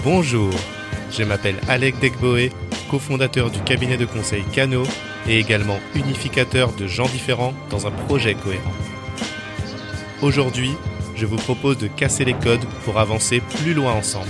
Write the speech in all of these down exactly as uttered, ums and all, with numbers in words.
Bonjour, je m'appelle Alec Degboé, cofondateur du cabinet de conseil Cano et également unificateur de gens différents dans un projet cohérent. Aujourd'hui, je vous propose de casser les codes pour avancer plus loin ensemble.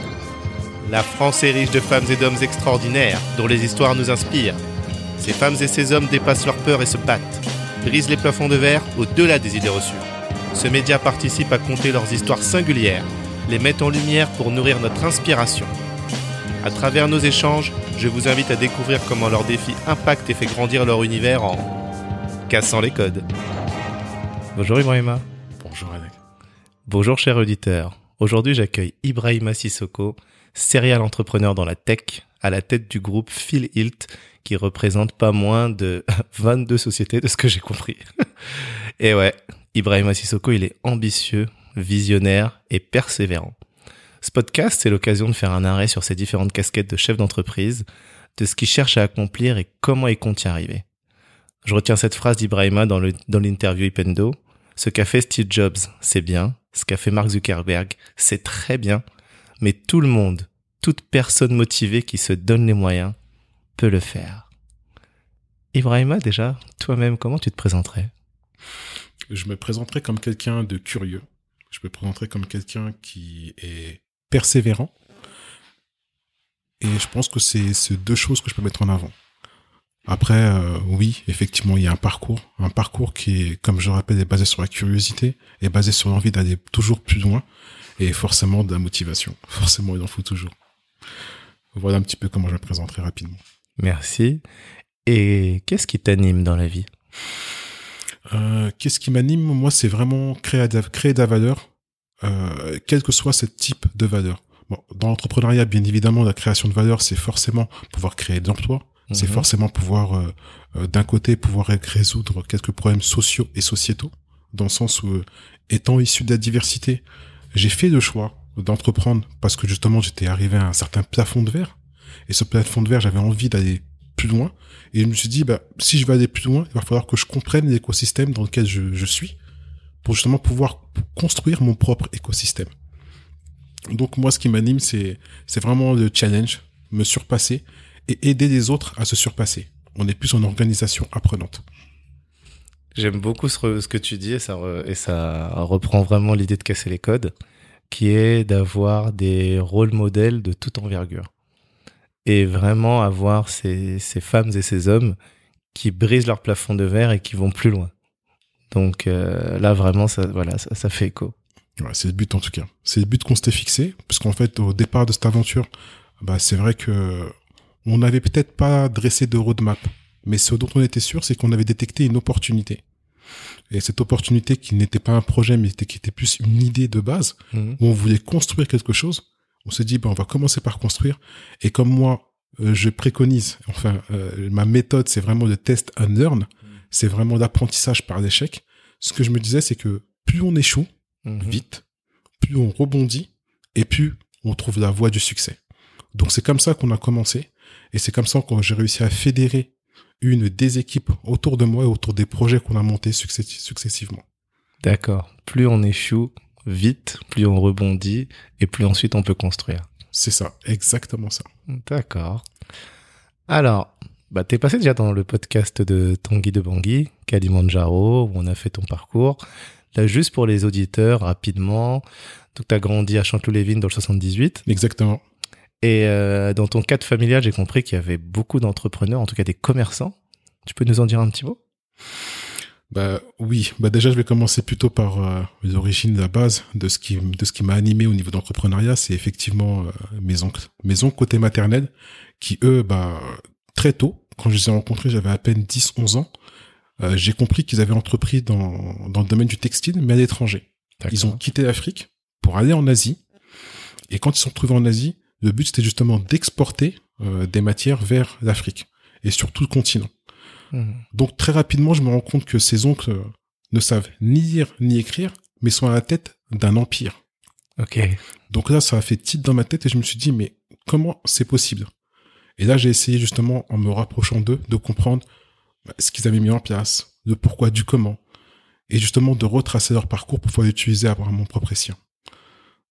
La France est riche de femmes et d'hommes extraordinaires dont les histoires nous inspirent. Ces femmes et ces hommes dépassent leurs peurs et se battent, brisent les plafonds de verre au-delà des idées reçues. Ce média participe à conter leurs histoires singulières, les met en lumière pour nourrir notre inspiration. À travers nos échanges, je vous invite à découvrir comment leurs défis impactent et fait grandir leur univers en cassant les codes. Bonjour Ibrahima. Bonjour Alec. Bonjour cher auditeur. Aujourd'hui, j'accueille Ibrahima Sissoko, serial entrepreneur dans la tech, à la tête du groupe Phil Hilt, qui représente pas moins de vingt-deux sociétés, de ce que j'ai compris. Et ouais, Ibrahima Sissoko, il est ambitieux, visionnaire et persévérant. Ce podcast, c'est l'occasion de faire un arrêt sur ses différentes casquettes de chef d'entreprise, de ce qu'il cherche à accomplir et comment il compte y arriver. Je retiens cette phrase d'Ibrahima dans, le, dans l'interview Ipendo. Ce qu'a fait Steve Jobs, c'est bien. Ce qu'a fait Mark Zuckerberg, c'est très bien. Mais tout le monde, toute personne motivée qui se donne les moyens, peut le faire. Ibrahima, déjà, toi-même, comment tu te présenterais ? Je me présenterais comme quelqu'un de curieux. Je me présenterais comme quelqu'un qui est persévérant. Et je pense que c'est ces deux choses que je peux mettre en avant. Après, euh, oui, effectivement, il y a un parcours. Un parcours qui est, comme je le rappelle, est basé sur la curiosité, est basé sur l'envie d'aller toujours plus loin et forcément de la motivation. Forcément, il en faut toujours. Voilà un petit peu comment je me présenterai rapidement. Merci. Et qu'est-ce qui t'anime dans la vie ? Euh, qu'est-ce qui m'anime ? Moi, c'est vraiment créer de, créer de la valeur, euh, quel que soit ce type de valeur. Bon, dans l'entrepreneuriat, bien évidemment, la création de valeur, c'est forcément pouvoir créer de l'emploi, mmh. c'est forcément pouvoir, euh, euh, d'un côté, pouvoir résoudre quelques problèmes sociaux et sociétaux, dans le sens où, euh, étant issu de la diversité, j'ai fait le choix d'entreprendre parce que justement, j'étais arrivé à un certain plafond de verre, et ce plafond de verre, j'avais envie d'aller plus loin, et je me suis dit, bah, si je veux aller plus loin, il va falloir que je comprenne l'écosystème dans lequel je, je suis, pour justement pouvoir construire mon propre écosystème. Donc moi, ce qui m'anime, c'est, c'est vraiment le challenge, me surpasser, et aider les autres à se surpasser. On est plus en organisation apprenante. J'aime beaucoup ce, ce que tu dis, et ça, re, et ça reprend vraiment l'idée de casser les codes, qui est d'avoir des rôles modèles de toute envergure. Et vraiment avoir ces, ces femmes et ces hommes qui brisent leur plafond de verre et qui vont plus loin. Donc euh, là, vraiment, ça, voilà, ça, ça fait écho. Ouais, c'est le but en tout cas. C'est le but qu'on s'était fixé, parce qu'en fait, au départ de cette aventure, bah, c'est vrai que on n'avait peut-être pas dressé de roadmap, mais ce dont on était sûr, c'est qu'on avait détecté une opportunité. Et cette opportunité qui n'était pas un projet, mais qui était plus une idée de base, mmh. où on voulait construire quelque chose. On s'est dit, ben, on va commencer par construire. Et comme moi, euh, je préconise, enfin, euh, ma méthode, c'est vraiment le test and learn. Mmh. C'est vraiment l'apprentissage par l'échec. Ce que je me disais, c'est que plus on échoue mmh. vite, plus on rebondit, et plus on trouve la voie du succès. Donc, c'est comme ça qu'on a commencé. Et c'est comme ça que j'ai réussi à fédérer une des équipes autour de moi et autour des projets qu'on a montés success- successivement. D'accord. Plus on échoue vite, plus on rebondit et plus ensuite on peut construire. C'est ça, exactement ça. D'accord. Alors, bah t'es passé déjà dans le podcast de Tanguy de Bangui, Kalimandjaro, où on a fait ton parcours. Là, juste pour les auditeurs, rapidement, donc t'as grandi à Chanteloup-les-Vignes dans le soixante-dix-huit. Exactement. Et euh, dans ton cadre familial, j'ai compris qu'il y avait beaucoup d'entrepreneurs, en tout cas des commerçants. Tu peux nous en dire un petit mot ? Bah oui, bah déjà je vais commencer plutôt par euh, les origines, la base de ce qui de ce qui m'a animé au niveau d'entrepreneuriat, c'est effectivement euh, mes oncles, mes oncles côté maternel, qui eux, bah très tôt, quand je les ai rencontrés, j'avais à peine dix onze ans, euh, j'ai compris qu'ils avaient entrepris dans dans le domaine du textile, mais à l'étranger. D'accord. Ils ont quitté l'Afrique pour aller en Asie, et quand ils se sont retrouvés en Asie, le but c'était justement d'exporter euh, des matières vers l'Afrique et sur tout le continent. Donc très rapidement, je me rends compte que ces oncles ne savent ni lire ni écrire, mais sont à la tête d'un empire. Ok. Donc là, ça a fait tilt dans ma tête et je me suis dit, mais comment c'est possible ? Et là, j'ai essayé justement, en me rapprochant d'eux, de comprendre bah, ce qu'ils avaient mis en place, le pourquoi du comment, et justement de retracer leur parcours pour pouvoir l'utiliser à mon propre escient.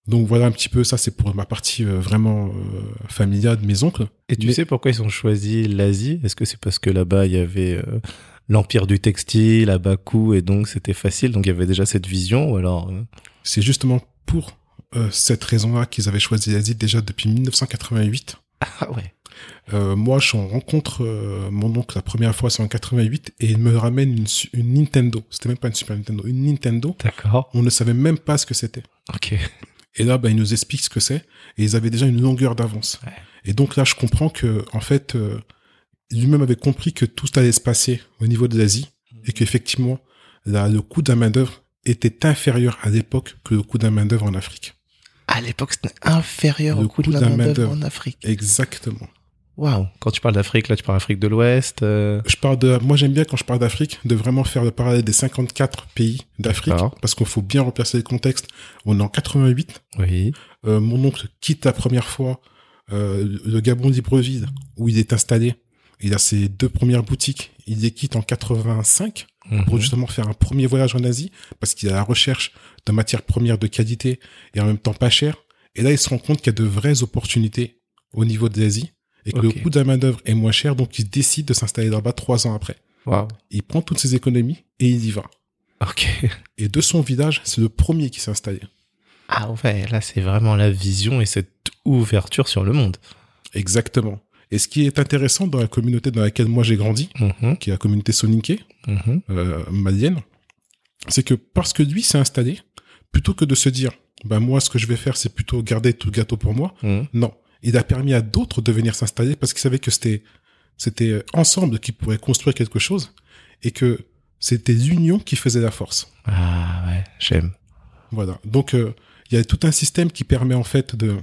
Donc voilà un petit peu, ça c'est pour ma partie euh, vraiment euh, familiale de mes oncles. Et tu Mais sais pourquoi ils ont choisi l'Asie? Est-ce que c'est parce que là-bas, il y avait euh, l'empire du textile à bas coût et donc c'était facile, donc il y avait déjà cette vision, ou alors... euh, c'est justement pour euh, cette raison-là qu'ils avaient choisi l'Asie déjà depuis mille neuf cent quatre-vingt-huit. Ah ouais. Euh, moi, je rencontre euh, mon oncle la première fois, c'est en quatre-vingt-huit, et il me ramène une, su- une Nintendo. C'était même pas une Super Nintendo, une Nintendo. D'accord. On ne savait même pas ce que c'était. Ok. Et là, bah, il nous explique ce que c'est, et ils avaient déjà une longueur d'avance. Ouais. Et donc là, je comprends que, en fait, euh, lui-même avait compris que tout allait se passer au niveau de l'Asie, et qu'effectivement, là, le coût d'un main-d'œuvre était inférieur à l'époque que le coût d'un main-d'œuvre en Afrique. À l'époque, c'était inférieur Le au coût de coût la d'un main-d'œuvre main-d'œuvre. en Afrique. Exactement. Waouh. Quand tu parles d'Afrique, là, tu parles d'Afrique de l'Ouest. euh, Je parle de, moi j'aime bien quand je parle d'Afrique, de vraiment faire le parallèle des cinquante-quatre pays d'Afrique, D'accord. parce qu'il faut bien replacer le contexte. On est en quatre-vingt-huit. Oui. Euh, mon oncle quitte la première fois euh, le Gabon Libreville, où il est installé. Il a ses deux premières boutiques. Il les quitte en quatre-vingt-cinq pour Mhm. justement faire un premier voyage en Asie, parce qu'il est à la recherche de matières premières de qualité et en même temps pas chères. Et là, il se rend compte qu'il y a de vraies opportunités au niveau de l'Asie et que Ok. le coût de la main-d'œuvre est moins cher, donc il décide de s'installer là-bas trois ans après. Waouh. Il prend toutes ses économies et il y va. Ok. Et de son village, c'est le premier qui s'est installé. Ah ouais, là, c'est vraiment la vision et cette ouverture sur le monde. Exactement. Et ce qui est intéressant dans la communauté dans laquelle moi j'ai grandi, Mhm. qui est la communauté soninké, Mhm. euh, malienne, c'est que parce que lui s'est installé, plutôt que de se dire, bah moi ce que je vais faire c'est plutôt garder tout le gâteau pour moi, Mhm. non. Il a permis à d'autres de venir s'installer parce qu'il savait que c'était c'était ensemble qu'ils pourraient construire quelque chose et que c'était l'union qui faisait la force. Ah ouais, j'aime. Voilà. Donc euh, il y a tout un système qui permet en fait de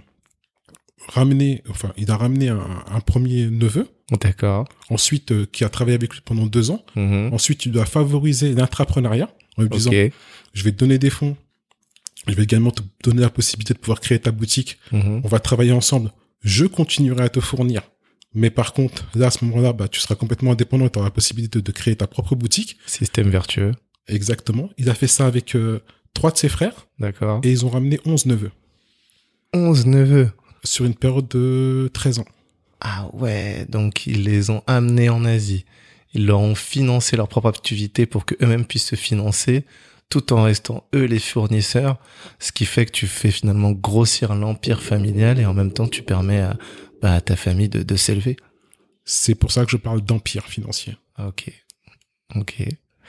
ramener, enfin il a ramené un, un premier neveu, D'accord. ensuite euh, qui a travaillé avec lui pendant deux ans. Mhm. Ensuite il doit favoriser l'intrapreneuriat en lui disant Ok. je vais te donner des fonds, je vais également te donner la possibilité de pouvoir créer ta boutique. Mhm. On va travailler ensemble. Je continuerai à te fournir. Mais par contre, là, à ce moment-là, bah, tu seras complètement indépendant et tu auras la possibilité de, de créer ta propre boutique. Système vertueux. Exactement. Il a fait ça avec euh, trois de ses frères D'accord. et ils ont ramené onze neveux onze neveux. sur une période de treize ans. Ah ouais, donc ils les ont amenés en Asie. Ils leur ont financé leur propre activité pour qu'eux-mêmes puissent se financer, tout en restant eux les fournisseurs, ce qui fait que tu fais finalement grossir l'empire familial et en même temps tu permets à, bah, à ta famille de, de s'élever. C'est pour ça que je parle d'empire financier. Ok, ok.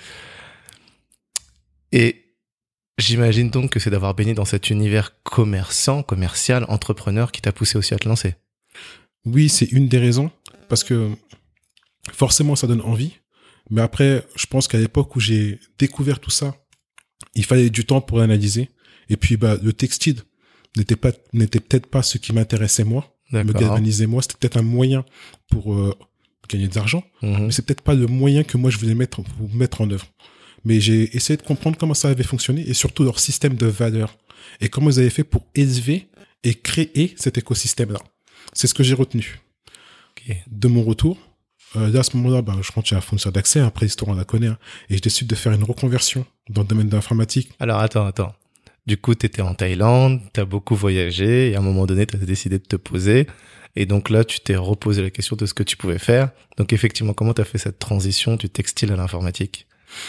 Et j'imagine donc que c'est d'avoir baigné dans cet univers commerçant, commercial, entrepreneur qui t'a poussé aussi à te lancer. Oui, c'est une des raisons parce que forcément, ça donne envie. Mais après, je pense qu'à l'époque où j'ai découvert tout ça, il fallait du temps pour l'analyser. Et puis, bah, le textile n'était pas, n'était peut-être pas ce qui m'intéressait moi, me D'accord. galvaniser moi. C'était peut-être un moyen pour euh, gagner de l'argent, Mhm. mais c'est peut-être pas le moyen que moi je voulais mettre, mettre en œuvre. Mais j'ai essayé de comprendre comment ça avait fonctionné et surtout leur système de valeur et comment ils avaient fait pour élever et créer cet écosystème-là. C'est ce que j'ai retenu. Ok. De mon retour, euh, là, à ce moment-là, bah, je continue à fournisseur d'accès, après l'histoire on la connaît, hein, et je décide de faire une reconversion dans le domaine de l'informatique. Alors attends, attends. Du coup, t'étais en Thaïlande, t'as beaucoup voyagé, et à un moment donné, t'as décidé de te poser. Et donc là, tu t'es reposé la question de ce que tu pouvais faire. Donc effectivement, comment t'as fait cette transition du textile à l'informatique?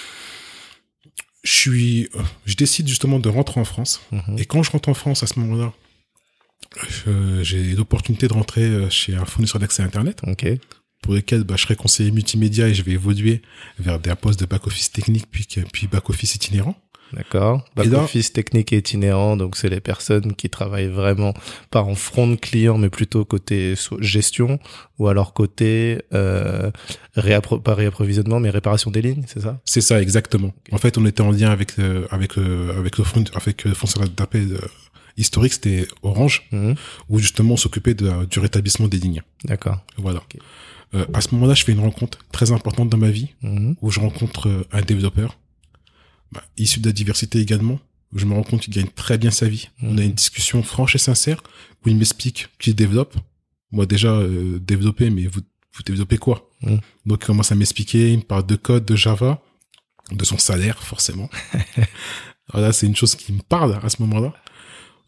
Je suis, euh, je décide justement de rentrer en France. Mhm. Et quand je rentre en France, à ce moment-là, euh, j'ai l'opportunité de rentrer euh, chez un fournisseur d'accès Internet, Ok. pour lequel bah, je serai conseiller multimédia et je vais évoluer vers des postes de back-office technique, puis, puis back-office itinérant. D'accord. Et là- Back-office technique et itinérant, donc c'est les personnes qui travaillent vraiment pas en front de client, mais plutôt côté so- gestion, ou alors côté euh, réappro- pas réapprovisionnement, mais réparation des lignes, c'est ça? C'est ça, exactement. En fait, on était en lien avec euh, avec euh, avec le front, avec le fournisseur d'appel euh, historique, c'était Orange, Mhm. où justement on s'occupait de, du rétablissement des lignes. D'accord. Voilà. Ok. Euh, à ce moment-là, je fais une rencontre très importante dans ma vie, Mhm. où je rencontre euh, un développeur, bah, issu de la diversité également, où je me rends compte qu'il gagne très bien sa vie. Mhm. On a une discussion franche et sincère, où il m'explique qu'il développe. Moi déjà, euh, développer, mais vous, vous développez quoi? Mhm. Donc il commence à m'expliquer, il me parle de code, de Java, de son salaire, forcément. Voilà, c'est une chose qui me parle à ce moment-là.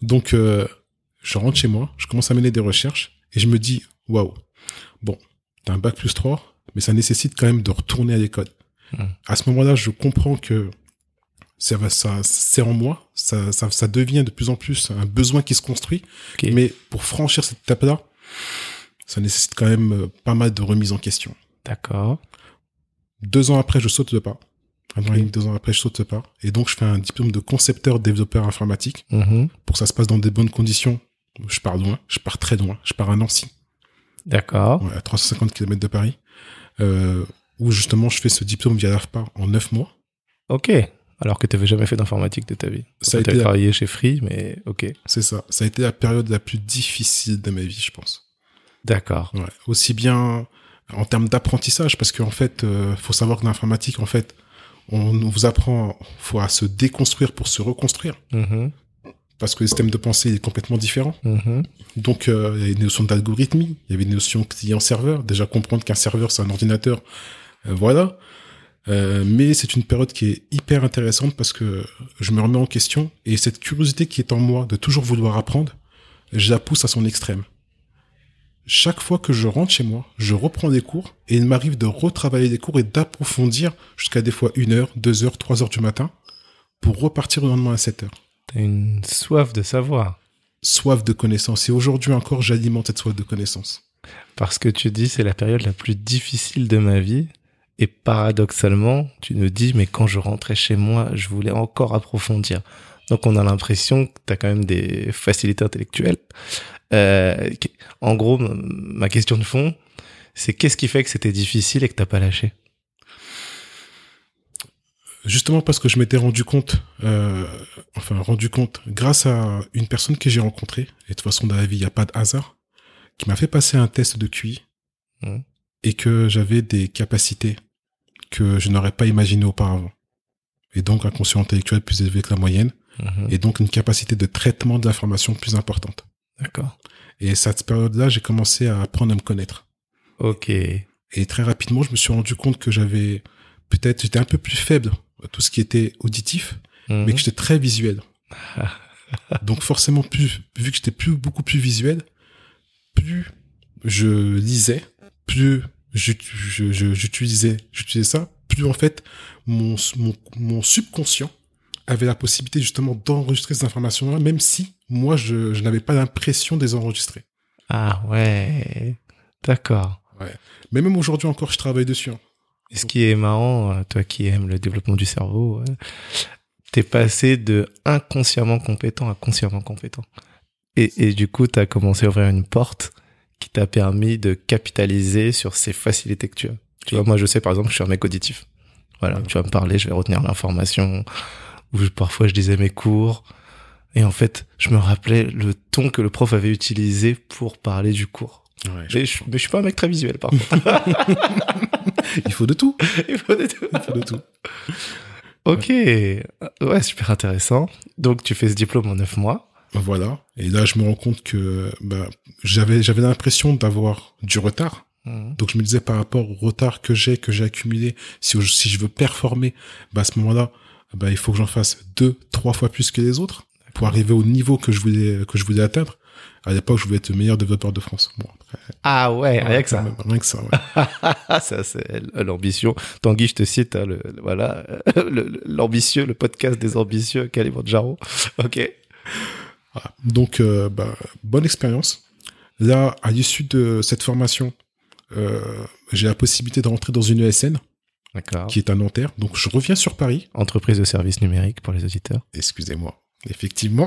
Donc, euh, je rentre chez moi, je commence à mener des recherches et je me dis, waouh, bon, t'as un bac plus trois, mais ça nécessite quand même de retourner à l'école. Mmh. À ce moment-là, je comprends que ça, ça, c'est en moi, ça, ça, ça devient de plus en plus un besoin qui se construit. Okay. Mais pour franchir cette étape-là, ça nécessite quand même pas mal de remise en question. D'accord. Deux ans après, je saute le pas. Un an et demi, deux ans après, je saute le pas. Et donc, je fais un diplôme de concepteur développeur informatique. Mmh. Pour que ça se passe dans des bonnes conditions. Je pars loin, je pars très loin. Je pars à Nancy. D'accord. Ouais, à trois cent cinquante kilomètres de Paris. Euh, où justement, je fais ce diplôme via l'A F P A en neuf mois. Ok. Alors que tu n'avais jamais fait d'informatique de ta vie. Ça a été la... la... travaillé chez Free, mais ok. C'est ça. Ça a été la période la plus difficile de ma vie, je pense. D'accord. Ouais. Aussi bien en termes d'apprentissage, parce qu'en fait, euh, faut savoir que l'informatique, en fait, on vous apprend faut à se déconstruire pour se reconstruire. Mm-hmm. Parce que le système de pensée est complètement différent. Mm-hmm. Donc, euh, il y a une notion d'algorithmie, il y avait une notion client-serveur. Déjà, comprendre qu'un serveur, c'est un ordinateur. Euh, voilà. Euh, mais c'est une période qui est hyper intéressante parce que je me remets en question et cette curiosité qui est en moi de toujours vouloir apprendre, je la pousse à son extrême. Chaque fois que je rentre chez moi, je reprends des cours et il m'arrive de retravailler des cours et d'approfondir jusqu'à des fois une heure, deux heures, trois heures du matin pour repartir le lendemain à sept heures. T'as une soif de savoir. Soif de connaissance. Et aujourd'hui encore, j'alimente cette soif de connaissance. Parce que tu dis, c'est la période la plus difficile de ma vie. Et paradoxalement, tu nous dis, mais quand je rentrais chez moi, je voulais encore approfondir. Donc, on a l'impression que tu as quand même des facilités intellectuelles. Euh, en gros, ma question de fond, c'est qu'est-ce qui fait que c'était difficile et que tu n'as pas lâché ? Justement parce que je m'étais rendu compte, euh, enfin rendu compte, grâce à une personne que j'ai rencontrée, et de toute façon dans la vie, il n'y a pas de hasard, qui m'a fait passer un test de Q I. Mmh. Et que j'avais des capacités que je n'aurais pas imaginées auparavant. Et donc un quotient intellectuel plus élevé que la moyenne. Mmh. Et donc une capacité de traitement de l'information plus importante. D'accord. Et cette période-là, j'ai commencé à apprendre à me connaître. Ok. Et très rapidement, je me suis rendu compte que j'avais, peut-être, j'étais un peu plus faible à tout ce qui était auditif, mmh. mais que j'étais très visuel. Donc forcément, plus, vu que j'étais plus, beaucoup plus visuel, plus je lisais, plus je, je, je, j'utilisais, j'utilisais ça, plus en fait, mon, mon, mon subconscient avait la possibilité justement d'enregistrer ces informations-là, même si moi, je, je n'avais pas l'impression de les enregistrer. Ah ouais, d'accord. Ouais. Mais même aujourd'hui encore, je travaille dessus. Hein. Et ce qui est marrant, toi qui aimes le développement du cerveau, t'es passé de inconsciemment compétent à consciemment compétent. Et, et du coup, t'as commencé à ouvrir une porte qui t'a permis de capitaliser sur ces facilités que tu as. Tu vois, moi, je sais, par exemple, que je suis un mec auditif. Voilà, ouais. Tu vas me parler, je vais retenir l'information. Ou je, parfois, je disais mes cours. Et en fait, je me rappelais le ton que le prof avait utilisé pour parler du cours. Ouais, je mais, je, mais je suis pas un mec très visuel, par contre. Il faut de tout. Il faut de tout. Il faut de tout. Ok. Ouais. ouais, super intéressant. Donc, tu fais ce diplôme en neuf mois. Voilà. Et là, je me rends compte que bah, j'avais j'avais l'impression d'avoir du retard. Mmh. Donc, je me disais par rapport au retard que j'ai, que j'ai accumulé, si, si je veux performer, bah, à ce moment-là, bah, il faut que j'en fasse deux, trois fois plus que les autres pour arriver au niveau que je voulais que je voulais atteindre. À l'époque, je voulais être le meilleur développeur de France. Bon, après, ah ouais, rien ouais, que ça. Même, rien que ça, ouais. Ça, c'est l'ambition. Tanguy, je te cite, hein, le, le, voilà, le, l'ambitieux, le podcast des ambitieux, Kalimanjaro. Ok. Voilà. Donc, euh, bah, bonne expérience. Là, à l'issue de cette formation, euh, j'ai la possibilité de rentrer dans une E S N. D'accord. Qui est à Nanterre. Donc, je reviens sur Paris. Entreprise de services numériques pour les auditeurs. Excusez-moi. Effectivement.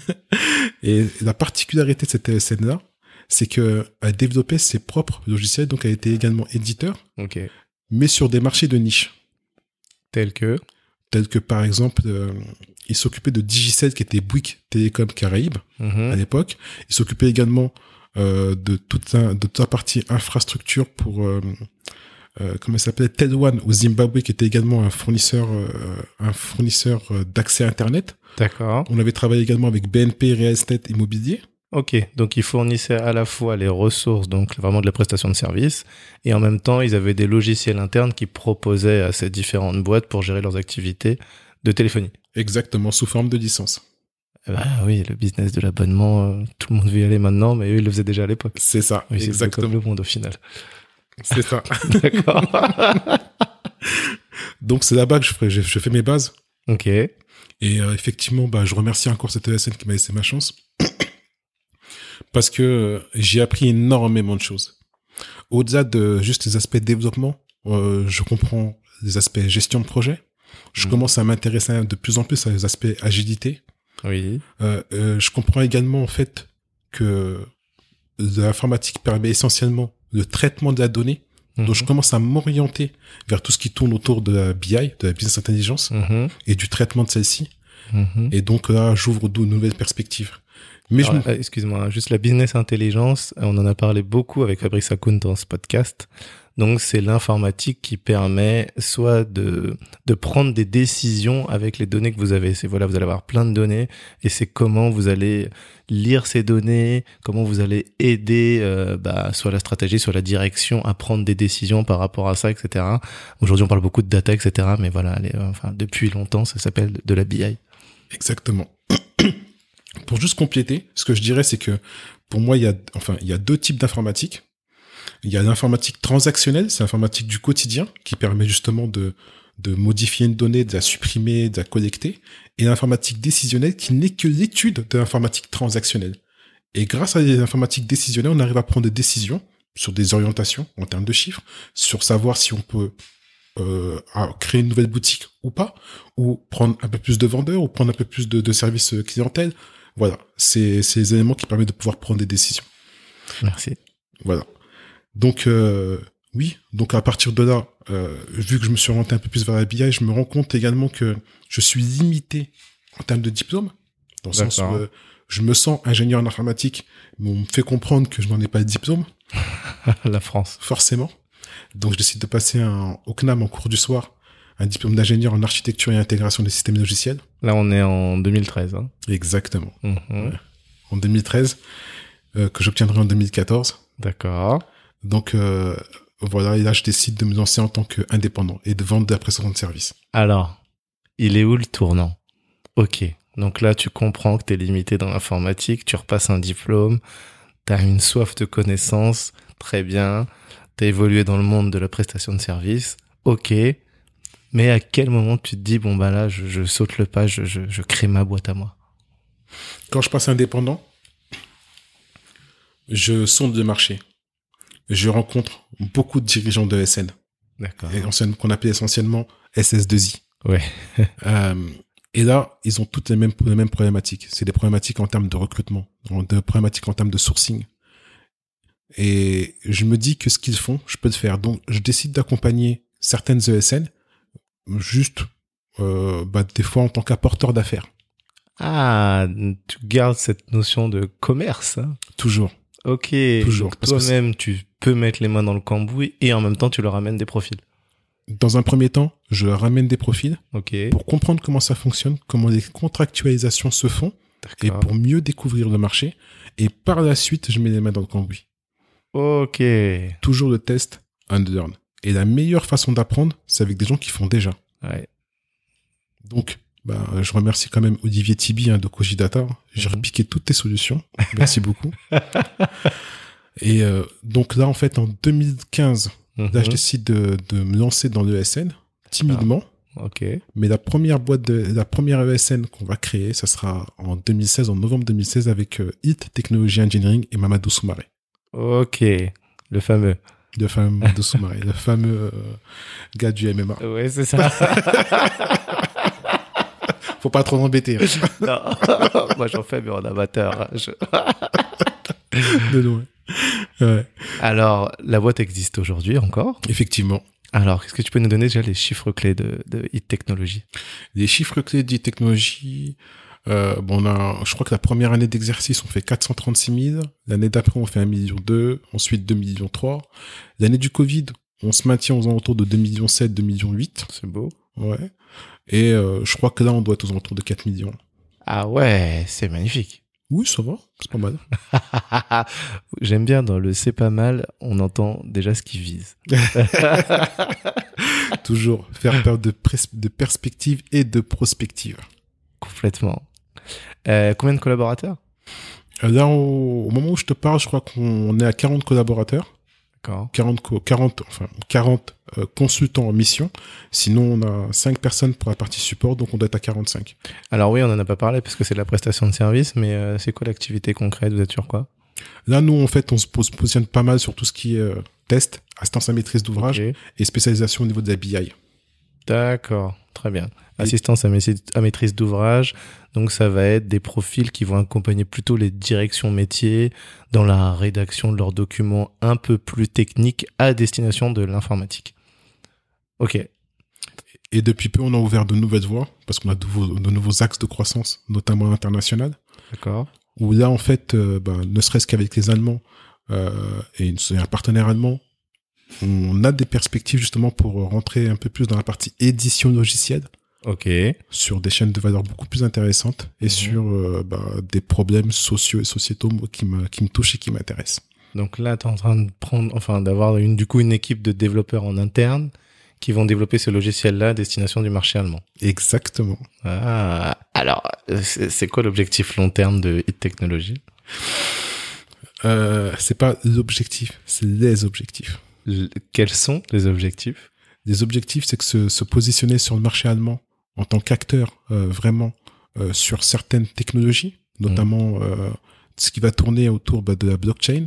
Et la particularité de cette E S N-là, c'est qu'elle développait ses propres logiciels, donc elle était également éditeur. Ok. Mais sur des marchés de niche. Tels que Tels que, par exemple, euh, il s'occupait de Digicel, qui était Bouygues Télécom Caraïbes, mm-hmm. à l'époque. Il s'occupait également euh, de toute la, de toute la partie infrastructure pour... Euh, Euh, comment ça s'appelait, Tel One au Zimbabwe, qui était également un fournisseur, euh, un fournisseur euh, d'accès Internet. D'accord. On avait travaillé également avec B N P Real Estate Immobilier. Ok, donc ils fournissaient à la fois les ressources, donc vraiment de la prestation de services, et en même temps, ils avaient des logiciels internes qui proposaient à ces différentes boîtes pour gérer leurs activités de téléphonie. Exactement, sous forme de licence. Bah oui, le business de l'abonnement, euh, tout le monde veut y aller maintenant, mais eux, ils le faisaient déjà à l'époque. C'est ça, oui, exactement. C'est comme le monde au final. C'est ça. D'accord. Donc c'est là-bas que je fais, je, je fais mes bases. Ok. Et euh, effectivement, bah, je remercie encore cette E S N qui m'a laissé ma chance. Parce que euh, j'ai appris énormément de choses. Au-delà de juste les aspects développement, euh, je comprends les aspects gestion de projet. Je mmh. commence à m'intéresser de plus en plus à les aspects agilité. Oui. Euh, euh, je comprends également en fait que l'informatique permet essentiellement le traitement de la donnée. Mmh. Donc je commence à m'orienter vers tout ce qui tourne autour de la B I, de la business intelligence, mmh. et du traitement de celle-ci. Mmh. Et donc là, j'ouvre de nouvelles perspectives. Mais Alors, je... euh, excuse-moi, juste la business intelligence, on en a parlé beaucoup avec Fabrice Hakoun dans ce podcast. Donc, c'est l'informatique qui permet soit de de prendre des décisions avec les données que vous avez. C'est voilà, vous allez avoir plein de données et c'est comment vous allez lire ces données, comment vous allez aider euh, bah, soit la stratégie, soit la direction à prendre des décisions par rapport à ça, et cetera. Aujourd'hui, on parle beaucoup de data, et cetera. Mais voilà, les, enfin, depuis longtemps, ça s'appelle de la B I. Exactement. Pour juste compléter, ce que je dirais, c'est que pour moi, il y a, enfin, il y a deux types d'informatique. Il y a l'informatique transactionnelle, c'est l'informatique du quotidien qui permet justement de de modifier une donnée, de la supprimer, de la collecter, et l'informatique décisionnelle qui n'est que l'étude de l'informatique transactionnelle. Et grâce à l'informatique décisionnelle, on arrive à prendre des décisions sur des orientations en termes de chiffres, sur savoir si on peut euh, créer une nouvelle boutique ou pas, ou prendre un peu plus de vendeurs, ou prendre un peu plus de, de services clientèle. Voilà, c'est c'est les éléments qui permettent de pouvoir prendre des décisions. Merci. Voilà. Donc euh, oui, donc à partir de là, euh, vu que je me suis orienté un peu plus vers la B I, je me rends compte également que je suis limité en termes de diplôme, dans le D'accord. sens où euh, je me sens ingénieur en informatique, mais on me fait comprendre que je n'en ai pas de diplôme. La France. Forcément. Donc je décide de passer un, au C N A M en cours du soir, un diplôme d'ingénieur en architecture et intégration des systèmes logiciels. Là, on est en deux mille treize. Hein. Exactement. Mmh. Ouais. En deux mille treize, euh, que j'obtiendrai en deux mille quatorze. D'accord. Donc euh, voilà, et là je décide de me lancer en tant qu'indépendant et de vendre de la prestation de service. Alors, il est où le tournant? Ok, donc là tu comprends que t'es limité dans l'informatique, tu repasses un diplôme, t'as une soif de connaissances, très bien, t'as évolué dans le monde de la prestation de service, ok, mais à quel moment tu te dis, bon bah là je, je saute le pas, je, je, je crée ma boîte à moi? Quand je passe indépendant, je sonde le marché. Je rencontre beaucoup de dirigeants de S N. D'accord. Qu'on appelait essentiellement S S deux I. Ouais. euh, et là, ils ont toutes les mêmes, les mêmes problématiques. C'est des problématiques en termes de recrutement, des problématiques en termes de sourcing. Et je me dis que ce qu'ils font, je peux le faire. Donc, je décide d'accompagner certaines E S N, juste, euh, bah, des fois en tant qu'apporteur d'affaires. Ah, tu gardes cette notion de commerce, hein? Toujours. Ok. Toujours. Donc toi-même, tu peux mettre les mains dans le cambouis et en même temps, tu leur ramènes des profils. Dans un premier temps, je leur ramène des profils ok pour comprendre comment ça fonctionne, comment les contractualisations se font, D'accord. et pour mieux découvrir le marché. Et par la suite, je mets les mains dans le cambouis. Ok. Toujours le test and learn. Et la meilleure façon d'apprendre, c'est avec des gens qui font déjà. Ouais. Donc, bah, je remercie quand même Olivier Tibi hein, de Cogidata. J'ai mm-hmm. repiqué toutes tes solutions. Merci beaucoup. Et euh, donc là, en fait, en deux mille quinze, mm-hmm. là, je décide de, de me lancer dans l'E S N, timidement. Ah, ok. Mais la première boîte de, la première E S N qu'on va créer, ça sera en deux mille seize, en novembre deux mille seize, avec euh, H I T Technology Engineering et Mamadou Soumaré. Ok. Le fameux. Le fameux Mamadou Soumaré, le fameux euh, gars du M M A. Ouais, c'est ça. Faut pas trop m'embêter. Hein. Non, moi j'en fais, mais en amateur. Je... de loin. Ouais. Alors, la boîte existe aujourd'hui encore. Effectivement. Alors, est-ce que tu peux nous donner déjà les chiffres clés de, de H I T Technology? Les chiffres clés de H I T Technology, euh, bon, on a, je crois que la première année d'exercice, on fait quatre cent trente-six mille. L'année d'après, on fait un million deux. Ensuite, deux millions trois. L'année du Covid, on se maintient aux alentours de deux millions sept, deux millions huit. C'est beau. Ouais. Et euh, je crois que là, on doit être aux alentours de quatre millions. Ah ouais, c'est magnifique. Oui, ça va, c'est pas mal. J'aime bien dans le c'est pas mal, on entend déjà ce qu'il vise. Toujours faire peur de, pres- de perspective et de prospective. Complètement. Euh, combien de collaborateurs? Là, au, au moment où je te parle, je crois qu'on est à quarante collaborateurs. D'accord. quarante, quarante, enfin, quarante euh, consultants en mission. Sinon, on a cinq personnes pour la partie support, donc on doit être à quarante-cinq. Alors oui, on en a pas parlé parce que c'est de la prestation de service, mais euh, c'est quoi l'activité concrète? Vous êtes sur quoi? Là, nous, en fait, on se pose, positionne pas mal sur tout ce qui est euh, test, assistance à maîtrise d'ouvrage Ok. et spécialisation au niveau de la B I. D'accord, très bien. Assistance à maîtrise, à maîtrise d'ouvrage, donc ça va être des profils qui vont accompagner plutôt les directions métiers dans la rédaction de leurs documents un peu plus techniques à destination de l'informatique. Ok, Et depuis peu, on a ouvert de nouvelles voies parce qu'on a de nouveaux, de nouveaux axes de croissance, notamment à l'international. d'accord. Où là, en fait, euh, bah, ne serait-ce qu'avec les Allemands euh, et, une, et un partenaire allemand, on a des perspectives justement pour rentrer un peu plus dans la partie édition logicielle. Ok. Sur des chaînes de valeur beaucoup plus intéressantes et mmh. sur euh, bah, des problèmes sociaux et sociétaux qui me, qui me touchent et qui m'intéressent. Donc là, tu es en train de prendre, enfin, d'avoir une, du coup une équipe de développeurs en interne qui vont développer ce logiciel-là à destination du marché allemand. Exactement. Ah, alors, c'est, c'est quoi l'objectif long terme de Hit Technology? euh, C'est pas l'objectif, c'est les objectifs. Le, quels sont les objectifs? Les objectifs, c'est que se, se positionner sur le marché allemand en tant qu'acteur euh, vraiment euh, sur certaines technologies, notamment mmh. euh, ce qui va tourner autour bah, de la blockchain.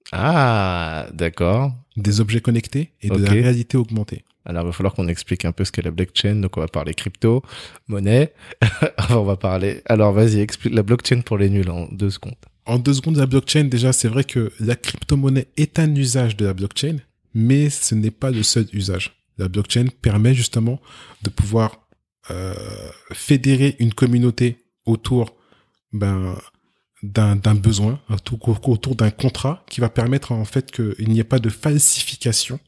Ah, d'accord. Des objets connectés et okay. de la réalité augmentée. Alors, il va falloir qu'on explique un peu ce qu'est la blockchain. Donc, on va parler crypto, monnaie. on va parler... Alors, vas-y, explique la blockchain pour les nuls en deux secondes. En deux secondes, la blockchain, déjà, c'est vrai que la crypto-monnaie est un usage de la blockchain, mais ce n'est pas le seul usage. La blockchain permet justement de pouvoir euh, fédérer une communauté autour ben, d'un, d'un besoin, autour, autour d'un contrat qui va permettre en fait qu'il n'y ait pas de falsification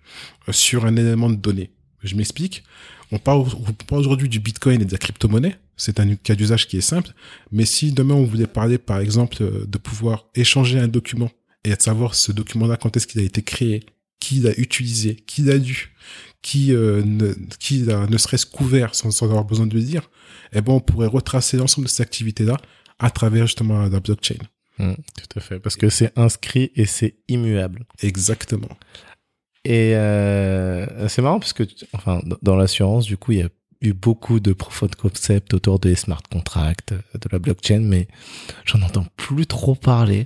sur un élément de données. Je m'explique. On parle, on parle aujourd'hui du Bitcoin et de la crypto-monnaie. C'est un cas d'usage qui est simple. Mais si demain on voulait parler, par exemple, de pouvoir échanger un document et de savoir ce document-là, quand est-ce qu'il a été créé, qui l'a utilisé, qui l'a lu, qui euh, ne, qui l'a ne serait-ce couvert sans, sans avoir besoin de le dire, eh ben on pourrait retracer l'ensemble de ces activités-là à travers justement la blockchain. Mmh, tout à fait, parce que c'est inscrit et c'est immuable. Exactement. Et euh, c'est marrant parce que, enfin, dans l'assurance, du coup, il y a eu beaucoup de proof of concept autour des smart contracts, de la blockchain, mais j'en entends plus trop parler.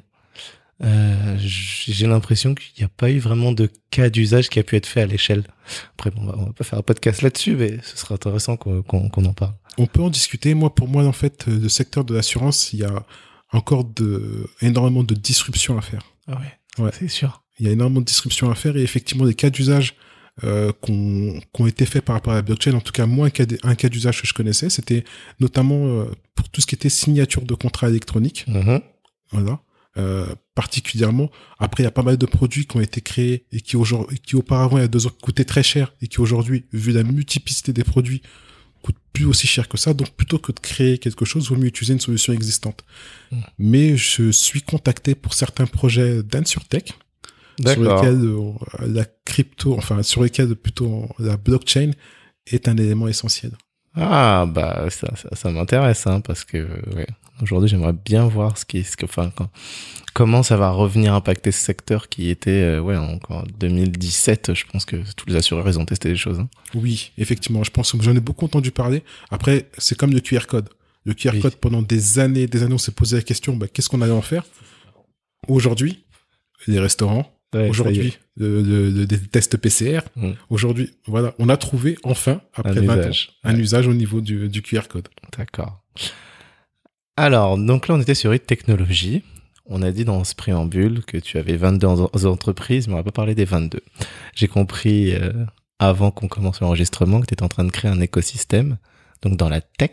Euh, j'ai l'impression qu'il n'y a pas eu vraiment de cas d'usage qui a pu être fait à l'échelle. Après, bon, on va, on va pas faire un podcast là-dessus, mais ce serait intéressant qu'on, qu'on, qu'on en parle. On peut en discuter. Moi, pour moi, en fait, le secteur de l'assurance, il y a encore de, énormément de disruption à faire. Ah ouais, ouais, c'est sûr. Il y a énormément de disruption à faire et effectivement, des cas d'usage euh, qu'on, qu'on été faits par rapport à la blockchain, en tout cas, moi, un cas, un cas d'usage que je connaissais, c'était notamment euh, pour tout ce qui était signature de contrats électroniques. Mm-hmm. Voilà. Euh, particulièrement, après il y a pas mal de produits qui ont été créés et qui aujourd'hui, qui auparavant il y a deux ans coûtaient très cher et qui aujourd'hui, vu la multiplicité des produits, coûtent plus aussi cher que ça. Donc plutôt que de créer quelque chose, il vaut mieux utiliser une solution existante. Mmh. Mais je suis contacté pour certains projets d'InsurTech sur lesquels euh, la crypto, enfin sur lesquels plutôt la blockchain est un élément essentiel. Ah bah ça ça, ça m'intéresse hein, parce que ouais. Aujourd'hui, j'aimerais bien voir ce qui, ce que, enfin, quand, comment ça va revenir impacter ce secteur qui était, euh, ouais, encore deux mille dix-sept. Je pense que tous les assureurs, ils ont testé des choses. Hein. Oui, effectivement. Je pense que j'en ai beaucoup entendu parler. Après, c'est comme le Q R code. Le Q R oui. code, pendant des années, des années, on s'est posé la question, bah, qu'est-ce qu'on allait en faire? Aujourd'hui, les restaurants. Ouais, aujourd'hui, le, le, le, des tests P C R. Mmh. Aujourd'hui, voilà, on a trouvé enfin, après un vingt usage. ans, un ouais. usage au niveau du, du Q R code. D'accord. Alors, donc là, on était sur Hit Technology. On a dit dans ce préambule que tu avais vingt-deux entreprises, mais on va pas parler des vingt-deux. J'ai compris, euh, avant qu'on commence l'enregistrement, que tu étais en train de créer un écosystème, donc dans la tech.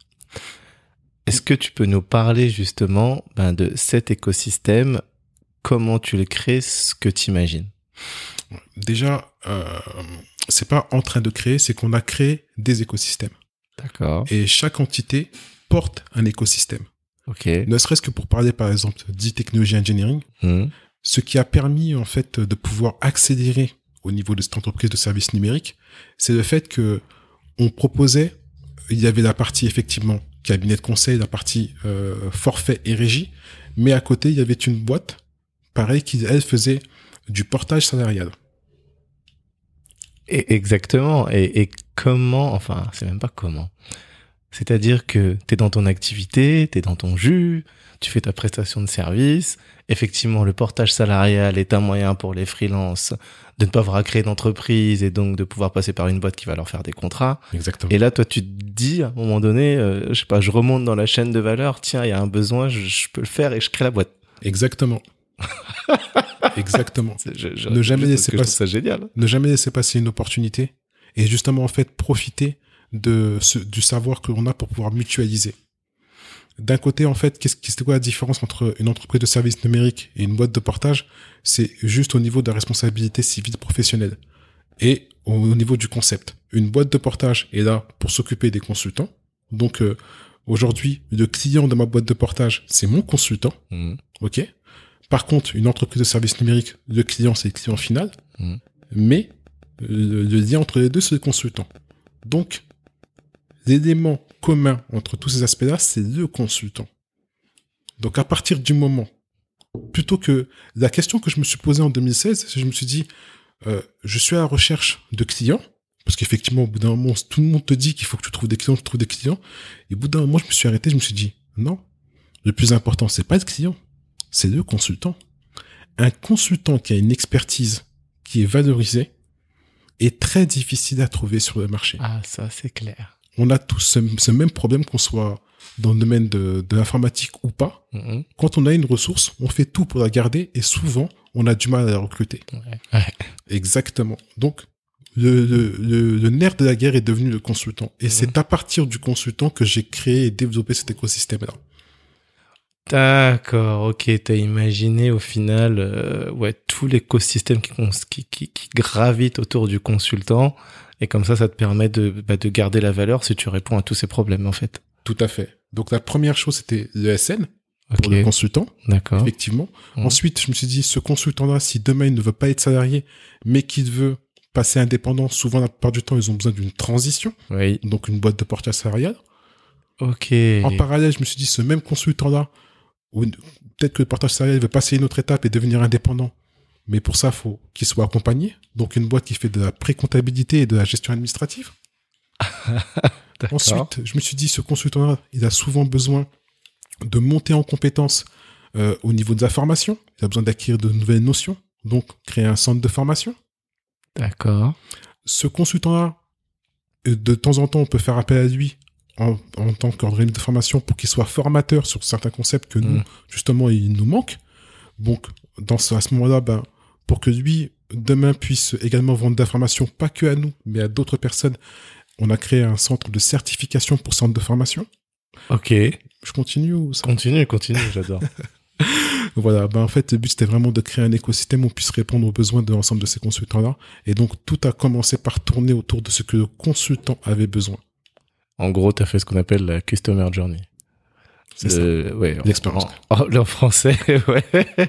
Est-ce que tu peux nous parler justement ben, de cet écosystème, comment tu le crées, ce que tu imagines? Déjà, euh, c'est pas en train de créer, c'est qu'on a créé des écosystèmes. D'accord. Et chaque entité porte un écosystème. Ok. Ne serait-ce que pour parler, par exemple, d'e-technology engineering, mmh. ce qui a permis, en fait, de pouvoir accélérer au niveau de cette entreprise de services numériques, c'est le fait que on proposait, il y avait la partie, effectivement, cabinet de conseil, la partie euh, forfait et régie. Mais à côté, il y avait une boîte, pareil, qui, elle, faisait du portage salarial. Et exactement. Et, et comment, enfin, c'est même pas comment. C'est-à-dire que t'es dans ton activité, t'es dans ton jus, tu fais ta prestation de service. Effectivement, le portage salarial est un moyen pour les freelances de ne pas avoir à créer d'entreprise et donc de pouvoir passer par une boîte qui va leur faire des contrats. Exactement. Et là, toi, tu te dis, à un moment donné, euh, je sais pas, je remonte dans la chaîne de valeur, tiens, il y a un besoin, je, je peux le faire et je crée la boîte. Exactement. Exactement. Je, je, ne jamais laisser passer, passer, ça génial. Ne jamais laisser passer une opportunité et justement, en fait, profiter de ce, du savoir que l'on a pour pouvoir mutualiser. D'un côté, en fait, qu'est-ce, c'est quoi la différence entre une entreprise de services numériques et une boîte de portage? C'est juste au niveau de la responsabilité civile professionnelle et au niveau du concept. Une boîte de portage est là pour s'occuper des consultants. Donc, euh, aujourd'hui, le client de ma boîte de portage, c'est mon consultant. Mmh. OK? Par contre, une entreprise de services numériques, le client, c'est le client final. Mmh. Mais le, le lien entre les deux, c'est le consultant. Donc, l'élément commun entre tous ces aspects-là, c'est le consultant. Donc, à partir du moment, plutôt que la question que je me suis posée en deux mille seize, c'est que je me suis dit, euh, je suis à la recherche de clients, parce qu'effectivement, au bout d'un moment, tout le monde te dit qu'il faut que tu trouves des clients, tu trouves des clients. Et au bout d'un moment, je me suis arrêté, je me suis dit, non, le plus important, c'est pas le client, c'est le consultant. Un consultant qui a une expertise qui est valorisée est très difficile à trouver sur le marché. Ah, ça, c'est clair. On a tous ce, ce même problème, qu'on soit dans le domaine de, de l'informatique ou pas. Mm-hmm. Quand on a une ressource, on fait tout pour la garder et souvent, on a du mal à la recruter. Ouais. Ouais. Exactement. Donc, le, le, le, le nerf de la guerre est devenu le consultant. Et mm-hmm. c'est à partir du consultant que j'ai créé et développé cet écosystème-là. D'accord, ok, t'as imaginé au final euh, ouais, tout l'écosystème qui, qui, qui, qui gravite autour du consultant. Et comme ça, ça te permet de, bah, de garder la valeur si tu réponds à tous ces problèmes, en fait. Tout à fait. Donc, la première chose, c'était l'E S N pour okay. le consultant. D'accord. Effectivement. Mmh. Ensuite, je me suis dit, ce consultant-là, si demain, il ne veut pas être salarié, mais qu'il veut passer indépendant, souvent, la plupart du temps, ils ont besoin d'une transition. Oui. Donc, une boîte de portage salarial. Ok. En parallèle, je me suis dit, ce même consultant-là, ou peut-être que le portage salarial veut passer une autre étape et devenir indépendant. Mais pour ça, il faut qu'il soit accompagné. Donc, une boîte qui fait de la pré-comptabilité et de la gestion administrative. Ensuite, je me suis dit, ce consultant-là, il a souvent besoin de monter en compétences euh, au niveau de la formation. Il a besoin d'acquérir de nouvelles notions. Donc, créer un centre de formation. D'accord. Ce consultant-là, de temps en temps, on peut faire appel à lui en, en tant qu'organisme de formation pour qu'il soit formateur sur certains concepts que nous, mmh. justement, il nous manque. Donc, dans ce, à ce moment-là, ben, pour que lui, demain, puisse également vendre d'informations, pas que à nous, mais à d'autres personnes, on a créé un centre de certification pour centre de formation. Ok. Je continue ou ça ? Continue, continue, j'adore. Voilà, ben en fait, le but, c'était vraiment de créer un écosystème où on puisse répondre aux besoins de l'ensemble de ces consultants-là. Et donc, tout a commencé par tourner autour de ce que le consultant avait besoin. En gros, tu as fait ce qu'on appelle la Customer Journey. C'est le, ça. Ouais, l'expérience. En, en, en français, ouais.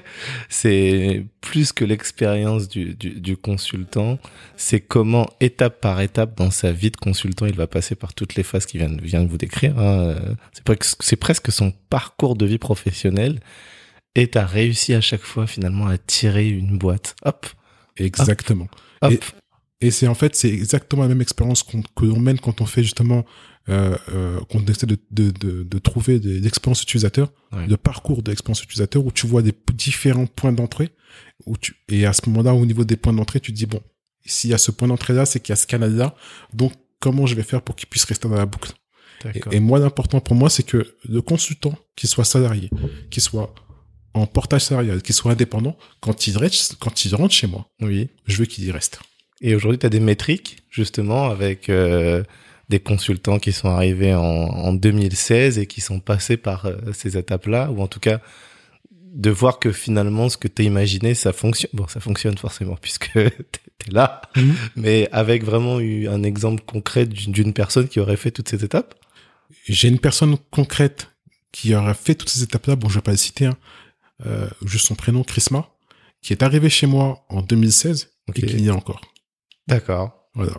C'est plus que l'expérience du, du, du consultant. C'est comment, étape par étape, dans sa vie de consultant, il va passer par toutes les phases qu'il vient, vient de vous décrire. Hein. C'est, pas, c'est presque son parcours de vie professionnelle. Et t'as réussi à chaque fois, finalement, à tirer une boîte. Hop. Exactement. Hop. Et, et c'est en fait, c'est exactement la même expérience qu'on, que l'on mène quand on fait justement... Euh, euh, qu'on essaie de, de, de, de trouver des, des expériences utilisateurs, ouais. le parcours de l'expérience utilisateur où tu vois des différents points d'entrée où tu, et à ce moment-là, au niveau des points d'entrée, tu te dis, bon, s'il y a ce point d'entrée-là, c'est qu'il y a ce canal-là, donc comment je vais faire pour qu'il puisse rester dans la boucle. Et, et moi, l'important pour moi, c'est que le consultant, qu'il soit salarié, qu'il soit en portage salarial, qu'il soit indépendant, quand il, reste, quand il rentre chez moi, oui. je veux qu'il y reste. Et aujourd'hui, tu as des métriques, justement, avec... Euh... des consultants qui sont arrivés en, en deux mille seize et qui sont passés par euh, ces étapes-là, ou en tout cas de voir que finalement ce que t'as imaginé, ça fonctionne. Bon, ça fonctionne forcément puisque t'es, t'es là, mmh. mais avec vraiment eu un exemple concret d'une, d'une personne qui aurait fait toutes ces étapes. J'ai une personne concrète qui aurait fait toutes ces étapes-là. Bon, je vais pas le citer, hein. euh, juste son prénom, Chrisma, qui est arrivé chez moi en deux mille seize okay. et qui y est encore. D'accord. Voilà.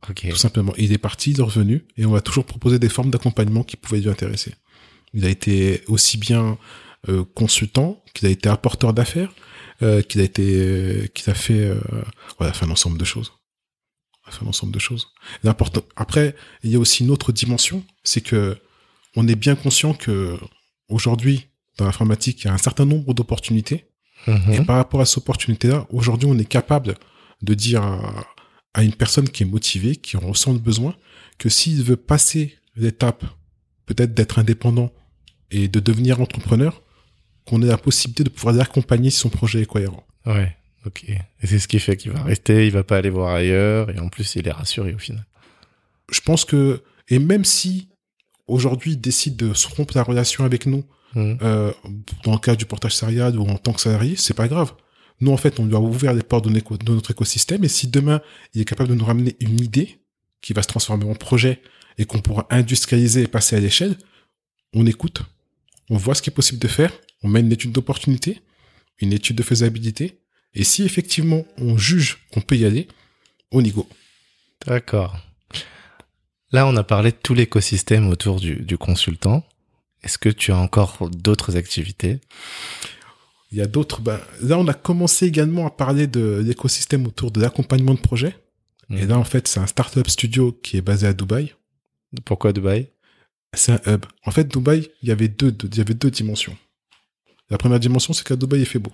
Ok. Tout simplement. Il est parti, il est revenu, et on a toujours proposé des formes d'accompagnement qui pouvaient lui intéresser. Il a été aussi bien euh, consultant, qu'il a été apporteur d'affaires, euh, qu'il a été, euh, qu'il a fait, euh, voilà, fait un ensemble de choses. Il a fait un ensemble de choses. L'important. Après, il y a aussi une autre dimension, c'est que on est bien conscient que aujourd'hui, dans l'informatique, il y a un certain nombre d'opportunités. Mm-hmm. Et par rapport à ces opportunités-là, aujourd'hui, on est capable de dire à, à une personne qui est motivée, qui en ressent le besoin, que s'il veut passer l'étape, peut-être d'être indépendant et de devenir entrepreneur, qu'on ait la possibilité de pouvoir l'accompagner si son projet est cohérent. Ouais, ok. Et c'est ce qui fait qu'il va rester, il va pas aller voir ailleurs, et en plus, il est rassuré au final. Je pense que, et même si aujourd'hui il décide de se rompre la relation avec nous, mmh. euh, dans le cas du portage salarial ou en tant que salarié, c'est pas grave. Nous, en fait, on lui a ouvert les portes de, l'éco- de notre écosystème, et si demain il est capable de nous ramener une idée qui va se transformer en projet et qu'on pourra industrialiser et passer à l'échelle, on écoute, on voit ce qui est possible de faire, on met une étude d'opportunité, une étude de faisabilité, et si effectivement on juge qu'on peut y aller, on y go. D'accord. Là, on a parlé de tout l'écosystème autour du, du consultant. Est-ce que tu as encore d'autres activités ? Il y a d'autres. Ben, là, on a commencé également à parler de l'écosystème autour de l'accompagnement de projet. Mmh. Et là, en fait, c'est un startup studio qui est basé à Dubaï. Pourquoi Dubaï ? C'est un hub. En fait, Dubaï, il y avait deux, deux, il y avait deux dimensions. La première dimension, c'est qu'à Dubaï, il fait beau.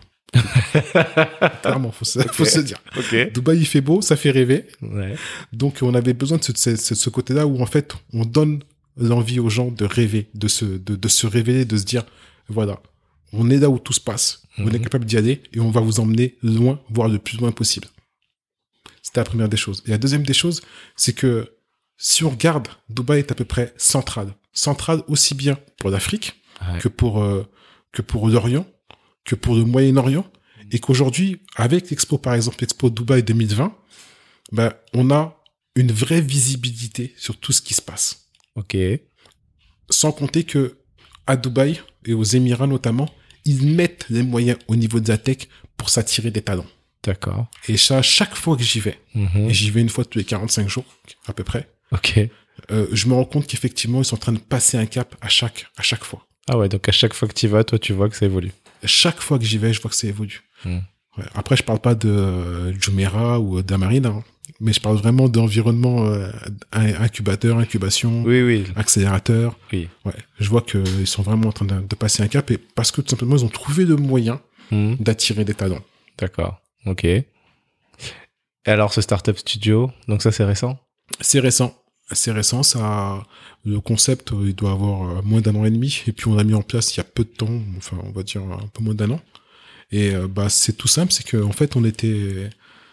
Clairement, faut se, okay. faut se dire. Okay. Dubaï, il fait beau, ça fait rêver. Ouais. Donc, on avait besoin de ce, ce, ce côté-là où, en fait, on donne l'envie aux gens de rêver, de se, de, de se révéler, de se dire, voilà, on est là où tout se passe, mm-hmm. on est capable d'y aller et on va vous emmener loin, voire le plus loin possible. C'était la première des choses. Et la deuxième des choses, c'est que si on regarde, Dubaï est à peu près central. Central aussi bien pour l'Afrique ouais. que pour, euh, que pour l'Orient, que pour le Moyen-Orient. Et qu'aujourd'hui, avec l'expo, par exemple, l'expo Dubaï deux mille vingt, ben, on a une vraie visibilité sur tout ce qui se passe. Ok. Sans compter que à Dubaï et aux Émirats notamment, ils mettent les moyens au niveau de la tech pour s'attirer des talents. D'accord. Et ça, chaque fois que j'y vais, mm-hmm. et j'y vais une fois tous les quarante-cinq jours, à peu près, ok. Euh, je me rends compte qu'effectivement, ils sont en train de passer un cap à chaque, à chaque fois. Ah ouais, donc à chaque fois que tu y vas, toi, tu vois que ça évolue. Chaque fois que j'y vais, je vois que ça évolue. Mm. Ouais. Après, je parle pas de euh, Jumeirah ou d'Amarina, hein, mais je parle vraiment d'environnement euh, incubateur, incubation, oui, oui. accélérateur. Oui. Ouais. Je vois qu'ils sont vraiment en train de, de passer un cap, et parce que tout simplement, ils ont trouvé le moyen mm. d'attirer des talents. D'accord. Ok. Et alors, ce startup studio, donc ça, c'est récent ? C'est récent. C'est récent, ça, le concept, il doit avoir moins d'un an et demi, et puis on l'a mis en place il y a peu de temps, enfin, on va dire un peu moins d'un an. Et, bah, c'est tout simple, c'est qu'en fait, on était,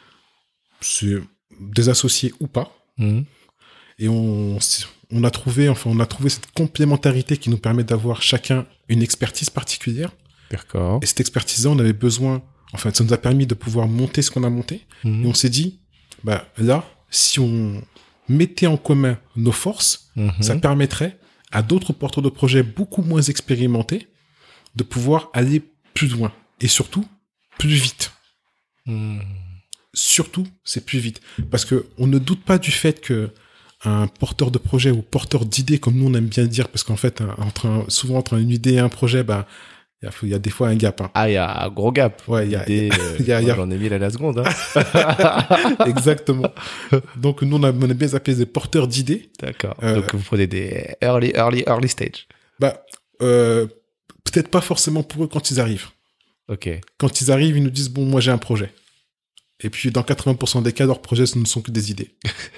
c'est des associés ou pas. Mmh. Et on, on a trouvé, enfin, on a trouvé cette complémentarité qui nous permet d'avoir chacun une expertise particulière. D'accord. Et cette expertise-là, on avait besoin, enfin, ça nous a permis de pouvoir monter ce qu'on a monté. Mmh. Et on s'est dit, bah, là, si on mettait en commun nos forces, mmh. ça permettrait à d'autres porteurs de projets beaucoup moins expérimentés de pouvoir aller plus loin. Et surtout, plus vite. Mmh. Surtout, c'est plus vite. Parce que on ne doute pas du fait que un porteur de projet ou porteur d'idées, comme nous on aime bien le dire, parce qu'en fait, entre un, souvent entre une idée et un projet, bah, il y a, il y a des fois un gap. Hein. Ah, il y a un gros gap. Ouais, il y a, des, euh, y a, y a... J'en ai mis à la seconde. Hein. Exactement. Donc, nous, on a, on a bien appelé des porteurs d'idées. D'accord. Euh, Donc, vous prenez des early, early, early stage. Bah, euh, peut-être pas forcément pour eux quand ils arrivent. Ok. Quand ils arrivent, ils nous disent, bon, moi, j'ai un projet. Et puis, dans quatre-vingts pour cent des cas, leurs projets ne sont que des idées.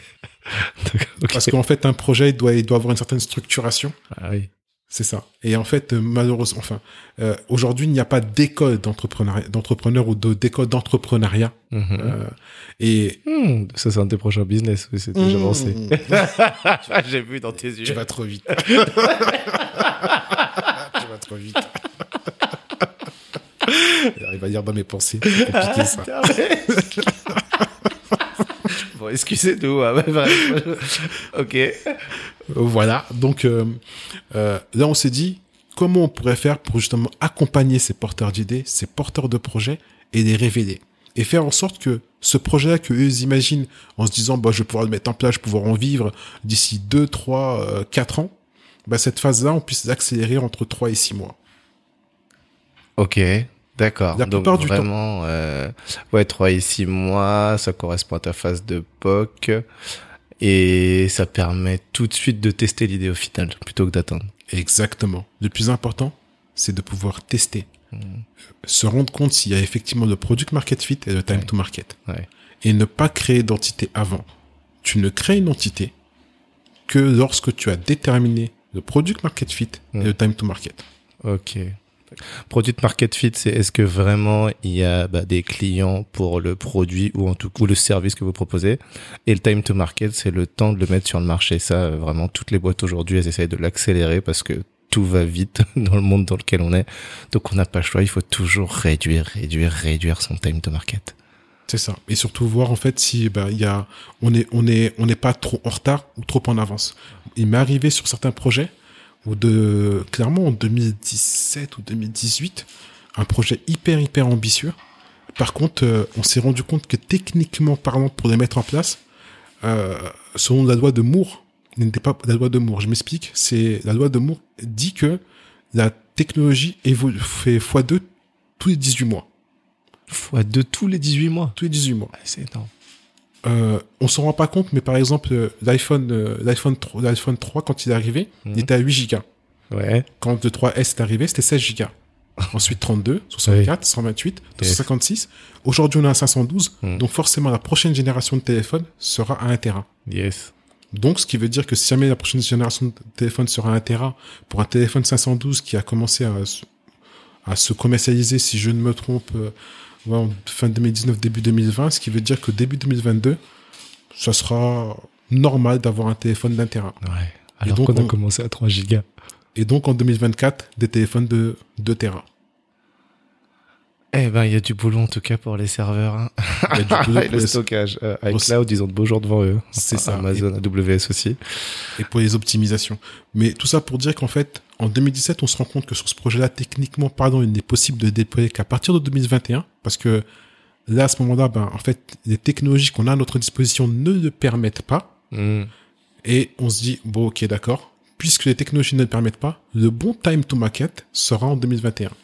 Okay. Parce qu'en fait, un projet, il doit, il doit avoir une certaine structuration. Ah oui. C'est ça. Et en fait, malheureusement, enfin, euh, aujourd'hui, il n'y a pas d'école d'entrepreneuriat, d'entrepreneur ou de, d'école d'entrepreneuriat. Mm-hmm. Euh, et mmh, ça, c'est un de tes prochains business. Oui, c'est déjà lancé. Mmh. J'ai vu dans tes yeux. Tu vas trop vite. Tu vas trop vite. Il va lire dans mes pensées. C'est compliqué, ça. Bon, excusez-nous. Hein, ok. Voilà. Donc, euh, euh, là, on s'est dit, comment on pourrait faire pour justement accompagner ces porteurs d'idées, ces porteurs de projets et les révéler. et faire en sorte que ce projet-là que eux ils imaginent en se disant bah je vais pouvoir le mettre en place, je vais pouvoir en vivre d'ici deux, trois, quatre ans, bah cette phase-là on puisse l'accélérer entre trois et six mois. Ok, d'accord. La Donc plupart du vraiment, euh, ouais, trois et six mois, ça correspond à ta phase de P O C et ça permet tout de suite de tester l'idée au final plutôt que d'attendre. Exactement. Le plus important, c'est de pouvoir tester. Mmh. Se rendre compte s'il y a effectivement le product market fit et le time Ouais. to market. Ouais. Et ne pas créer d'entité avant. Tu ne crées une entité que lorsque tu as déterminé le product market fit Mmh. et le time to market. Ok. Product market fit, c'est est-ce que vraiment il y a bah, des clients pour le produit ou en tout ou le service que vous proposez, et le time to market, c'est le temps de le mettre sur le marché. Ça, euh, vraiment, toutes les boîtes aujourd'hui, elles essayent de l'accélérer parce que tout va vite dans le monde dans lequel on est. Donc on n'a pas le choix, il faut toujours réduire, réduire, réduire son time to market. C'est ça. Et surtout voir en fait si bah il y a on est on est on n'est pas trop en retard ou trop en avance. Il m'est arrivé sur certains projets où de clairement en deux mille dix-sept ou deux mille dix-huit, un projet hyper hyper ambitieux. Par contre, euh, on s'est rendu compte que techniquement parlant, pour les mettre en place, euh, selon la loi de Moore, il n'était pas la loi de Moore. Je m'explique. C'est la loi de Moore dit que la technologie évolue fait fois deux tous les dix-huit mois. Fois deux tous les dix-huit mois. Tous les dix-huit mois. Ouais, c'est énorme. Euh, on s'en rend pas compte, mais par exemple, euh, l'iPhone, euh, l'iPhone trois, l'iPhone trois, quand il est arrivé, Mmh. il était à huit gigas. Ouais. Quand le trois S est arrivé, c'était seize gigas. Ensuite, trente-deux, soixante-quatre, cent vingt-huit, deux cent cinquante-six. Aujourd'hui, on est à cinq cent douze. Mmh. Donc, forcément, la prochaine génération de téléphone sera à un téra. Yes. Donc, ce qui veut dire que si jamais la prochaine génération de téléphone sera à un téra, pour un téléphone cinq cent douze qui a commencé à, se- à se commercialiser, si je ne me trompe, euh, ouais, en fin deux mille dix-neuf, début deux mille vingt, ce qui veut dire que début deux mille vingt-deux, ça sera normal d'avoir un téléphone d'un téra. Ouais. Alors donc, qu'on a on- commencé à trois gigas. Et donc, en deux mille vingt-quatre, des téléphones de deux téra. Eh ben, il y a du boulot en tout cas pour les serveurs. Hein. Il y a du boulot Et pour le les- stockage. Euh, iCloud, ils ont de beaux jours devant eux. C'est ça. Amazon, A W S aussi. Et pour les optimisations. Mais tout ça pour dire qu'en fait, en deux mille dix-sept, on se rend compte que sur ce projet-là, techniquement parlant, il n'est possible de déployer qu'à partir de deux mille vingt et un, parce que là, à ce moment-là, ben, en fait, les technologies qu'on a à notre disposition ne le permettent pas. Mmh. Et on se dit, bon, ok, d'accord. Puisque les technologies ne le permettent pas, le bon time to market sera en deux mille vingt et un.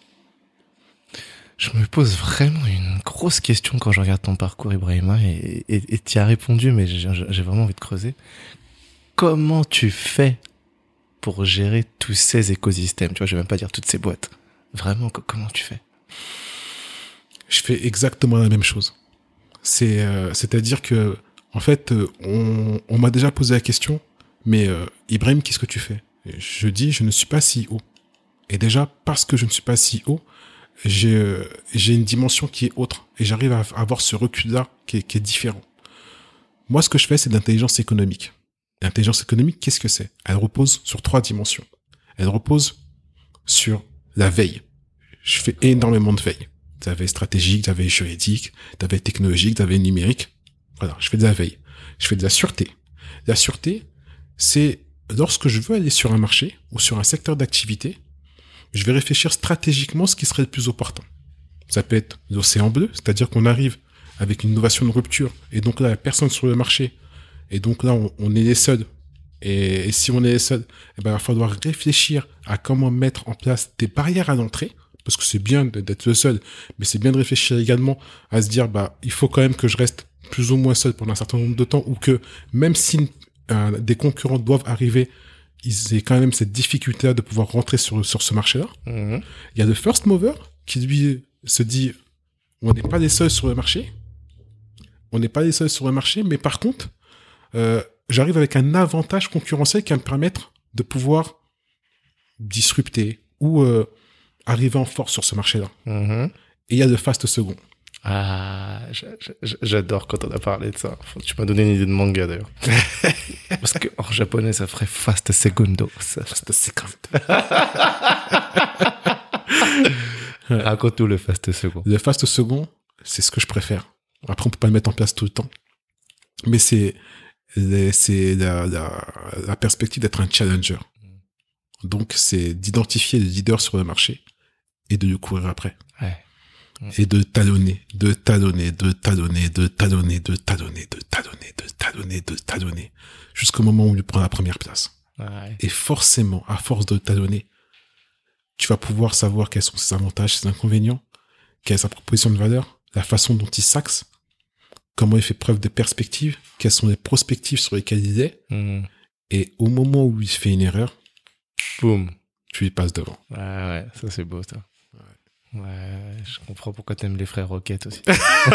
Je me pose vraiment une grosse question quand je regarde ton parcours, Ibrahima, et et tu as répondu, mais j'ai j'ai vraiment envie de creuser. Comment tu fais pour gérer tous ces écosystèmes? Tu vois, je vais même pas dire toutes ces boîtes. Vraiment, co- comment tu fais? Je fais exactement la même chose. C'est, euh, c'est-à-dire que, en fait, euh, on, on m'a déjà posé la question, mais euh, Ibrahim, qu'est-ce que tu fais? Et je dis, je ne suis pas C E O. Et déjà, parce que je ne suis pas C E O, j'ai, euh, j'ai une dimension qui est autre. Et j'arrive à avoir ce recul-là qui est, qui est différent. Moi, ce que je fais, c'est de l'intelligence économique. L'intelligence économique, qu'est-ce que c'est? Elle repose sur trois dimensions. Elle repose sur la veille. Je fais énormément de veille. De la veille stratégique, de la veille juridique, de la veille technologique, de la veille numérique. Voilà, je fais de la veille. Je fais de la sûreté. La sûreté, c'est lorsque je veux aller sur un marché ou sur un secteur d'activité, je vais réfléchir stratégiquement ce qui serait le plus opportun. Ça peut être l'océan bleu, c'est-à-dire qu'on arrive avec une innovation de rupture, et donc là, il n'y a personne sur le marché, et donc là, on, on est les seuls. Et, et si on est les seuls, eh ben, il va falloir réfléchir à comment mettre en place des barrières à l'entrée, parce que c'est bien d'être le seul, mais c'est bien de réfléchir également à se dire, bah, il faut quand même que je reste plus ou moins seul pendant un certain nombre de temps, ou que même si euh, des concurrents doivent arriver, ils aient quand même cette difficulté de pouvoir rentrer sur, sur ce marché-là. Mmh. Il y a le first mover qui, lui, se dit, on n'est pas les seuls sur le marché, on n'est pas les seuls sur le marché, mais par contre, euh, j'arrive avec un avantage concurrentiel qui va me permettre de pouvoir disrupter ou euh, arriver en force sur ce marché-là. Mmh. Et il y a le fast second. Ah, j'a- j'a- j'adore quand on a parlé de ça. Faut- Tu m'as donné une idée de manga d'ailleurs. Parce que en japonais, ça ferait fast segundo. Ça. Fast second. Raconte-nous le fast second. Le fast second, c'est ce que je préfère. Après, on peut pas le mettre en place tout le temps. Mais c'est, les- c'est la, la, la perspective d'être un challenger. Donc, c'est d'identifier les leaders sur le marché et de lui courir après. Ouais. Et de talonner, de talonner, de talonner, de talonner, de talonner, de talonner, de talonner, de talonner, jusqu'au moment où tu prends la première place. Ouais. Et forcément, à force de talonner, tu vas pouvoir savoir quels sont ses avantages, ses inconvénients, quelle est sa proposition de valeur, la façon dont il s'axe, comment il fait preuve de perspective, quelles sont les prospectives sur lesquelles il est. Mmh. Et au moment où il fait une erreur, boum, tu lui passes devant. Ouais, ouais, ça c'est beau, ça. Ouais, ouais, je comprends pourquoi t'aimes les frères Rocket aussi.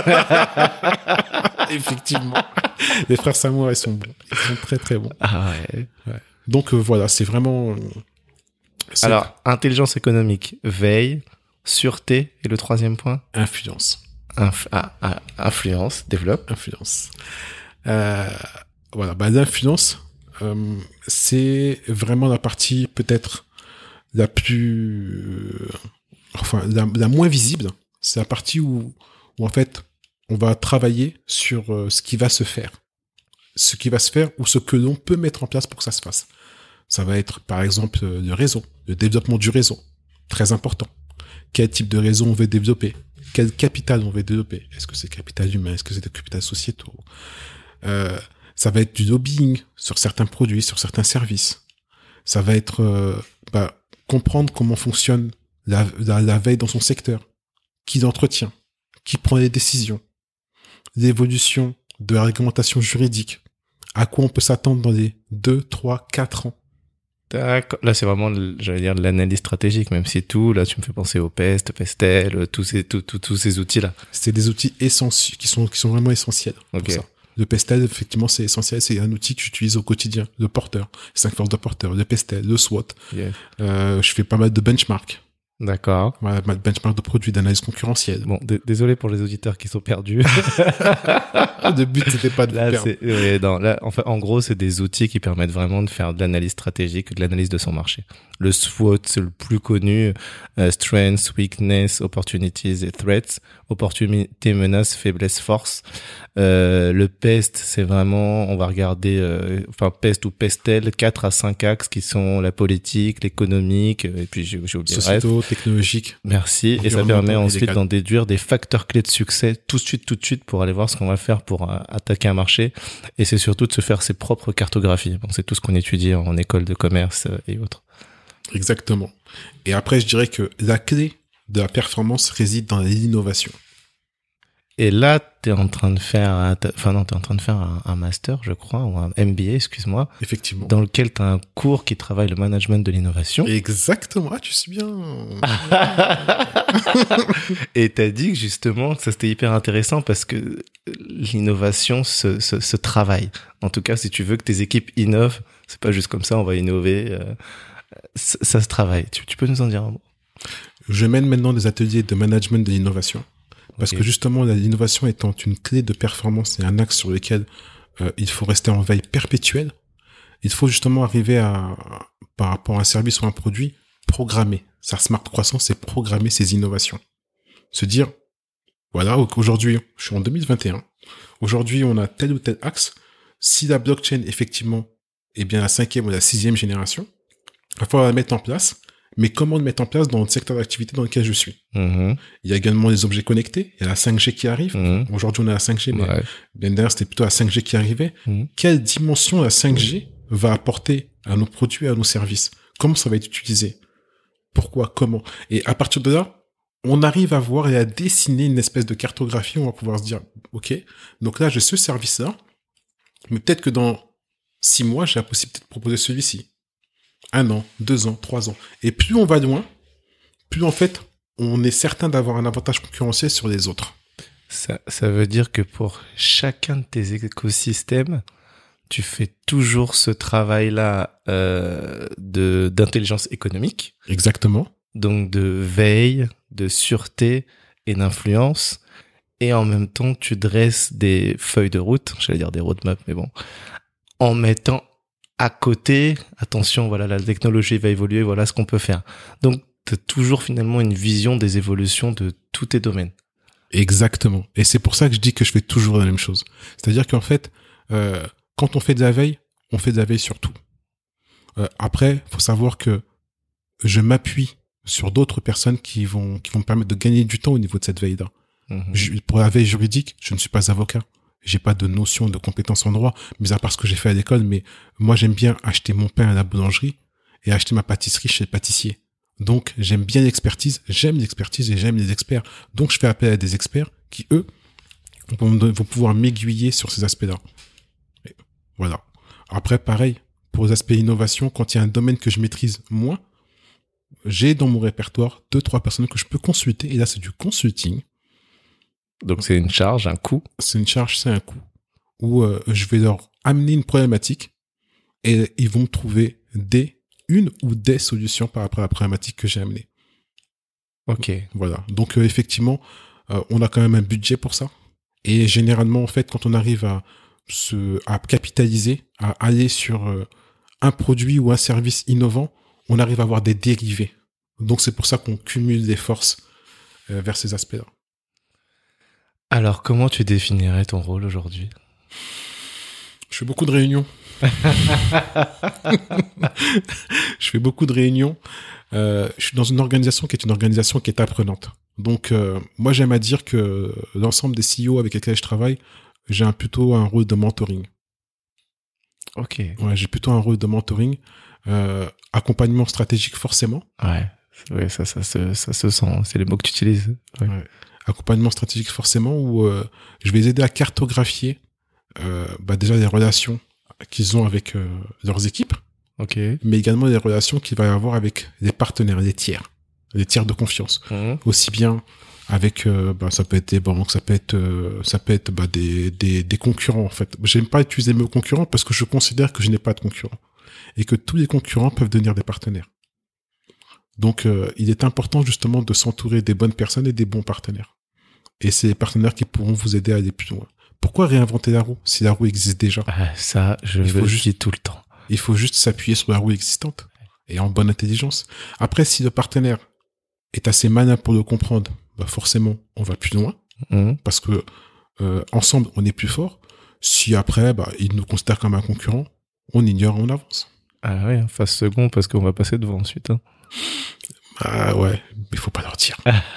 Effectivement. Les frères Samouraï sont bons. Ils sont très très bons. Ah ouais. Ouais. Donc euh, voilà, c'est vraiment... C'est Alors, intelligence économique, veille, sûreté, et le troisième point influence. Inf- ah, ah, influence, développe. Influence. Euh, voilà, bah l'influence, euh, c'est vraiment la partie peut-être la plus... Euh, enfin, la, la moins visible. C'est la partie où, où, en fait, on va travailler sur euh, ce qui va se faire. Ce qui va se faire ou ce que l'on peut mettre en place pour que ça se fasse. Ça va être, par exemple, le réseau, le développement du réseau. Très important. Quel type de réseau on veut développer? Quel capital on veut développer? Est-ce que c'est capital humain? Est-ce que c'est des capital sociétaux? euh, Ça va être du lobbying sur certains produits, sur certains services. Ça va être euh, bah, comprendre comment fonctionne la, la, la veille dans son secteur. Qui l'entretient? Qui prend les décisions? L'évolution de la réglementation juridique. À quoi on peut s'attendre dans les deux, trois, quatre ans? D'accord. Là, c'est vraiment, j'allais dire, de l'analyse stratégique, même si tout, là, tu me fais penser au PEST, Pestel, tous ces, tout, tout, tous ces outils-là. C'est des outils essentiels, qui sont, qui sont vraiment essentiels. Ok. Pour ça. Le Pestel, effectivement, c'est essentiel. C'est un outil que j'utilise au quotidien. Le porteur, cinq forces de porteur, le Pestel, le SWOT. Yeah. Euh, je fais pas mal de benchmark. D'accord. Voilà, mal de benchmark de produits, d'analyse concurrentielle. Bon, d- désolé pour les auditeurs qui sont perdus. Le but, c'était pas de Là, perdre. c'est, ouais, non, là, enfin, en gros, c'est des outils qui permettent vraiment de faire de l'analyse stratégique, de l'analyse de son marché. Le SWOT, c'est le plus connu. Euh, strengths, weakness, opportunities et threats. Opportunité, menace, faiblesse, force. Euh, le PEST, c'est vraiment, on va regarder, euh, enfin, PEST ou PESTEL, quatre à cinq axes qui sont la politique, l'économique, et puis j'ai, j'ai oublié le reste. Sociétaux, technologiques. Merci. Et ça permet ensuite d'en déduire des facteurs clés de succès tout de suite, tout de suite pour aller voir ce qu'on va faire pour euh, attaquer un marché. Et c'est surtout de se faire ses propres cartographies. Bon, c'est tout ce qu'on étudie en école de commerce euh, et autres. Exactement. Et après, je dirais que la clé de la performance réside dans l'innovation. Et là, t'es en train de faire, un, enfin non, t'es en train de faire un, un master, je crois, ou un M B A, excuse-moi. Effectivement. Dans lequel t'as un cours qui travaille le management de l'innovation. Exactement. Ah, tu sais bien. Et t'as dit que justement, ça c'était hyper intéressant parce que l'innovation se, se, se travaille. En tout cas, si tu veux que tes équipes innovent, c'est pas juste comme ça, on va innover. Euh, ça, ça se travaille. Tu, tu peux nous en dire un mot? Je mène maintenant des ateliers de management de l'innovation. Parce okay. que justement, l'innovation étant une clé de performance et un axe sur lequel euh, il faut rester en veille perpétuelle, il faut justement arriver à, par rapport à un service ou un produit, programmer. Sa smart croissance, c'est programmer ses innovations. Se dire, voilà, aujourd'hui, je suis en deux mille vingt et un. Aujourd'hui, on a tel ou tel axe. Si la blockchain, effectivement, est bien la cinquième ou la sixième génération, il va falloir la mettre en place. Mais comment le mettre en place dans le secteur d'activité dans lequel je suis? Mmh. Il y a également les objets connectés. Il y a la cinq G qui arrive. Mmh. Aujourd'hui, on a la cinq G, mais ouais. bien derrière, c'était plutôt la cinq G qui arrivait. Mmh. Quelle dimension la cinq G va apporter à nos produits et à nos services? Comment ça va être utilisé? Pourquoi? Comment? Et à partir de là, on arrive à voir et à dessiner une espèce de cartographie. On va pouvoir se dire, OK, donc là, j'ai ce service-là, mais peut-être que dans six mois, j'ai la possibilité de proposer celui-ci. Un an, deux ans, trois ans. Et plus on va loin, plus en fait, on est certain d'avoir un avantage concurrentiel sur les autres. Ça, ça veut dire que pour chacun de tes écosystèmes, tu fais toujours ce travail-là euh, de d'intelligence économique. Exactement. Donc de veille, de sûreté et d'influence. Et en même temps, tu dresses des feuilles de route, j'allais dire des roadmaps, mais bon, en mettant à côté, attention, voilà, la technologie va évoluer, voilà ce qu'on peut faire. Donc, tu as toujours finalement une vision des évolutions de tous tes domaines. Exactement. Et c'est pour ça que je dis que je fais toujours la même chose. C'est-à-dire qu'en fait, euh, quand on fait de la veille, on fait de la veille sur tout. Euh, après, faut savoir que je m'appuie sur d'autres personnes qui vont qui vont me permettre de gagner du temps au niveau de cette veille-là. Mhm. Je- pour la veille juridique, je ne suis pas avocat. J'ai pas de notion de compétence en droit, mis à part ce que j'ai fait à l'école, mais moi j'aime bien acheter mon pain à la boulangerie et acheter ma pâtisserie chez le pâtissier. Donc j'aime bien l'expertise, j'aime l'expertise et j'aime les experts. Donc je fais appel à des experts qui, eux, vont, me- vont pouvoir m'aiguiller sur ces aspects-là. Et voilà. Après, pareil, pour les aspects innovation, quand il y a un domaine que je maîtrise moins, j'ai dans mon répertoire deux, trois personnes que je peux consulter, et là c'est du consulting. Donc c'est une charge, un coût. C'est une charge, c'est un coût. Où euh, je vais leur amener une problématique et ils vont me trouver des, une ou des solutions par rapport à la problématique que j'ai amenée. Ok. Voilà. Donc euh, effectivement, euh, on a quand même un budget pour ça. Et généralement, en fait, quand on arrive à se, à capitaliser, à aller sur euh, un produit ou un service innovant, on arrive à avoir des dérivés. Donc c'est pour ça qu'on cumule des forces euh, vers ces aspects-là. Alors, comment tu définirais ton rôle aujourd'hui? Je fais beaucoup de réunions. Je fais beaucoup de réunions. Euh, je suis dans une organisation qui est une organisation qui est apprenante. Donc, euh, moi, j'aime à dire que l'ensemble des C E O avec lesquels je travaille, j'ai un, plutôt un rôle de mentoring. Ok. Ouais, j'ai plutôt un rôle de mentoring. Euh, accompagnement stratégique, forcément. Ouais. Ouais, ça, ça, se, ça se sent. C'est les mots que tu utilises. Ouais. Ouais. Accompagnement stratégique, forcément, où euh, je vais les aider à cartographier euh, bah, déjà les relations qu'ils ont avec euh, leurs équipes, Ok. mais également les relations qu'il va y avoir avec les partenaires, les tiers, les tiers de confiance. Mhm. Aussi bien avec, euh, bah, ça peut être des banques, ça peut être, euh, ça peut être bah, des, des, des concurrents, en fait. J'aime pas utiliser le mot concurrent parce que je considère que je n'ai pas de concurrents et que tous les concurrents peuvent devenir des partenaires. Donc, euh, il est important justement de s'entourer des bonnes personnes et des bons partenaires. Et c'est les partenaires qui pourront vous aider à aller plus loin. Pourquoi réinventer la roue si la roue existe déjà? Ah, ça, je Il faut le juste- dis tout le temps. Il faut juste s'appuyer sur la roue existante et en bonne intelligence. Après, si le partenaire est assez malin pour le comprendre, bah forcément, on va plus loin Mhm. parce que euh, ensemble, on est plus fort. Si après, bah, il nous considère comme un concurrent, on ignore, on avance. Ah ouais, face second parce qu'on va passer devant ensuite. Hein. Ah ouais, mais faut pas leur dire.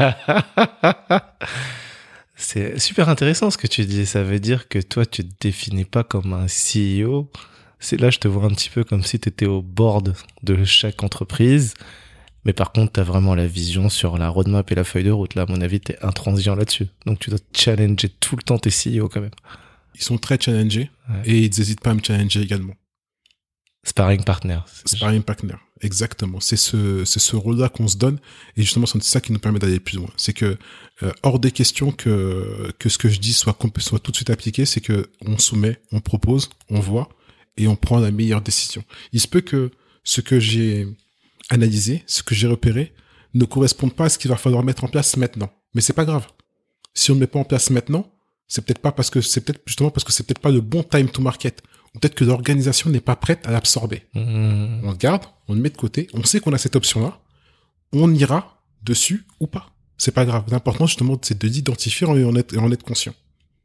C'est super intéressant ce que tu dis. Ça veut dire que toi, tu te définis pas comme un C E O. C'est là, je te vois un petit peu comme si tu étais au board de chaque entreprise. Mais par contre, tu as vraiment la vision sur la roadmap et la feuille de route. Là, à mon avis, tu es intransigeant là-dessus. Donc, tu dois challenger tout le temps tes C E O quand même. Ils sont très challengés Ouais. et ils n'hésitent pas à me challenger également. Sparring partner. Sparring partner, exactement. C'est ce, c'est ce rôle-là qu'on se donne, et justement, c'est ça qui nous permet d'aller plus loin. C'est que euh, hors des questions que que ce que je dis soit comp- soit tout de suite appliqué, c'est que on soumet, on propose, on voit, et on prend la meilleure décision. Il se peut que ce que j'ai analysé, ce que j'ai repéré, ne corresponde pas à ce qu'il va falloir mettre en place maintenant. Mais c'est pas grave. Si on ne met pas en place maintenant, c'est peut-être pas parce que c'est peut-être justement parce que c'est peut-être pas le bon time to market. Ou peut-être que l'organisation n'est pas prête à l'absorber. Mmh. On le garde, on le met de côté, on sait qu'on a cette option-là, on ira dessus ou pas. C'est pas grave. L'important, justement, c'est de l'identifier et en être, et en être conscient.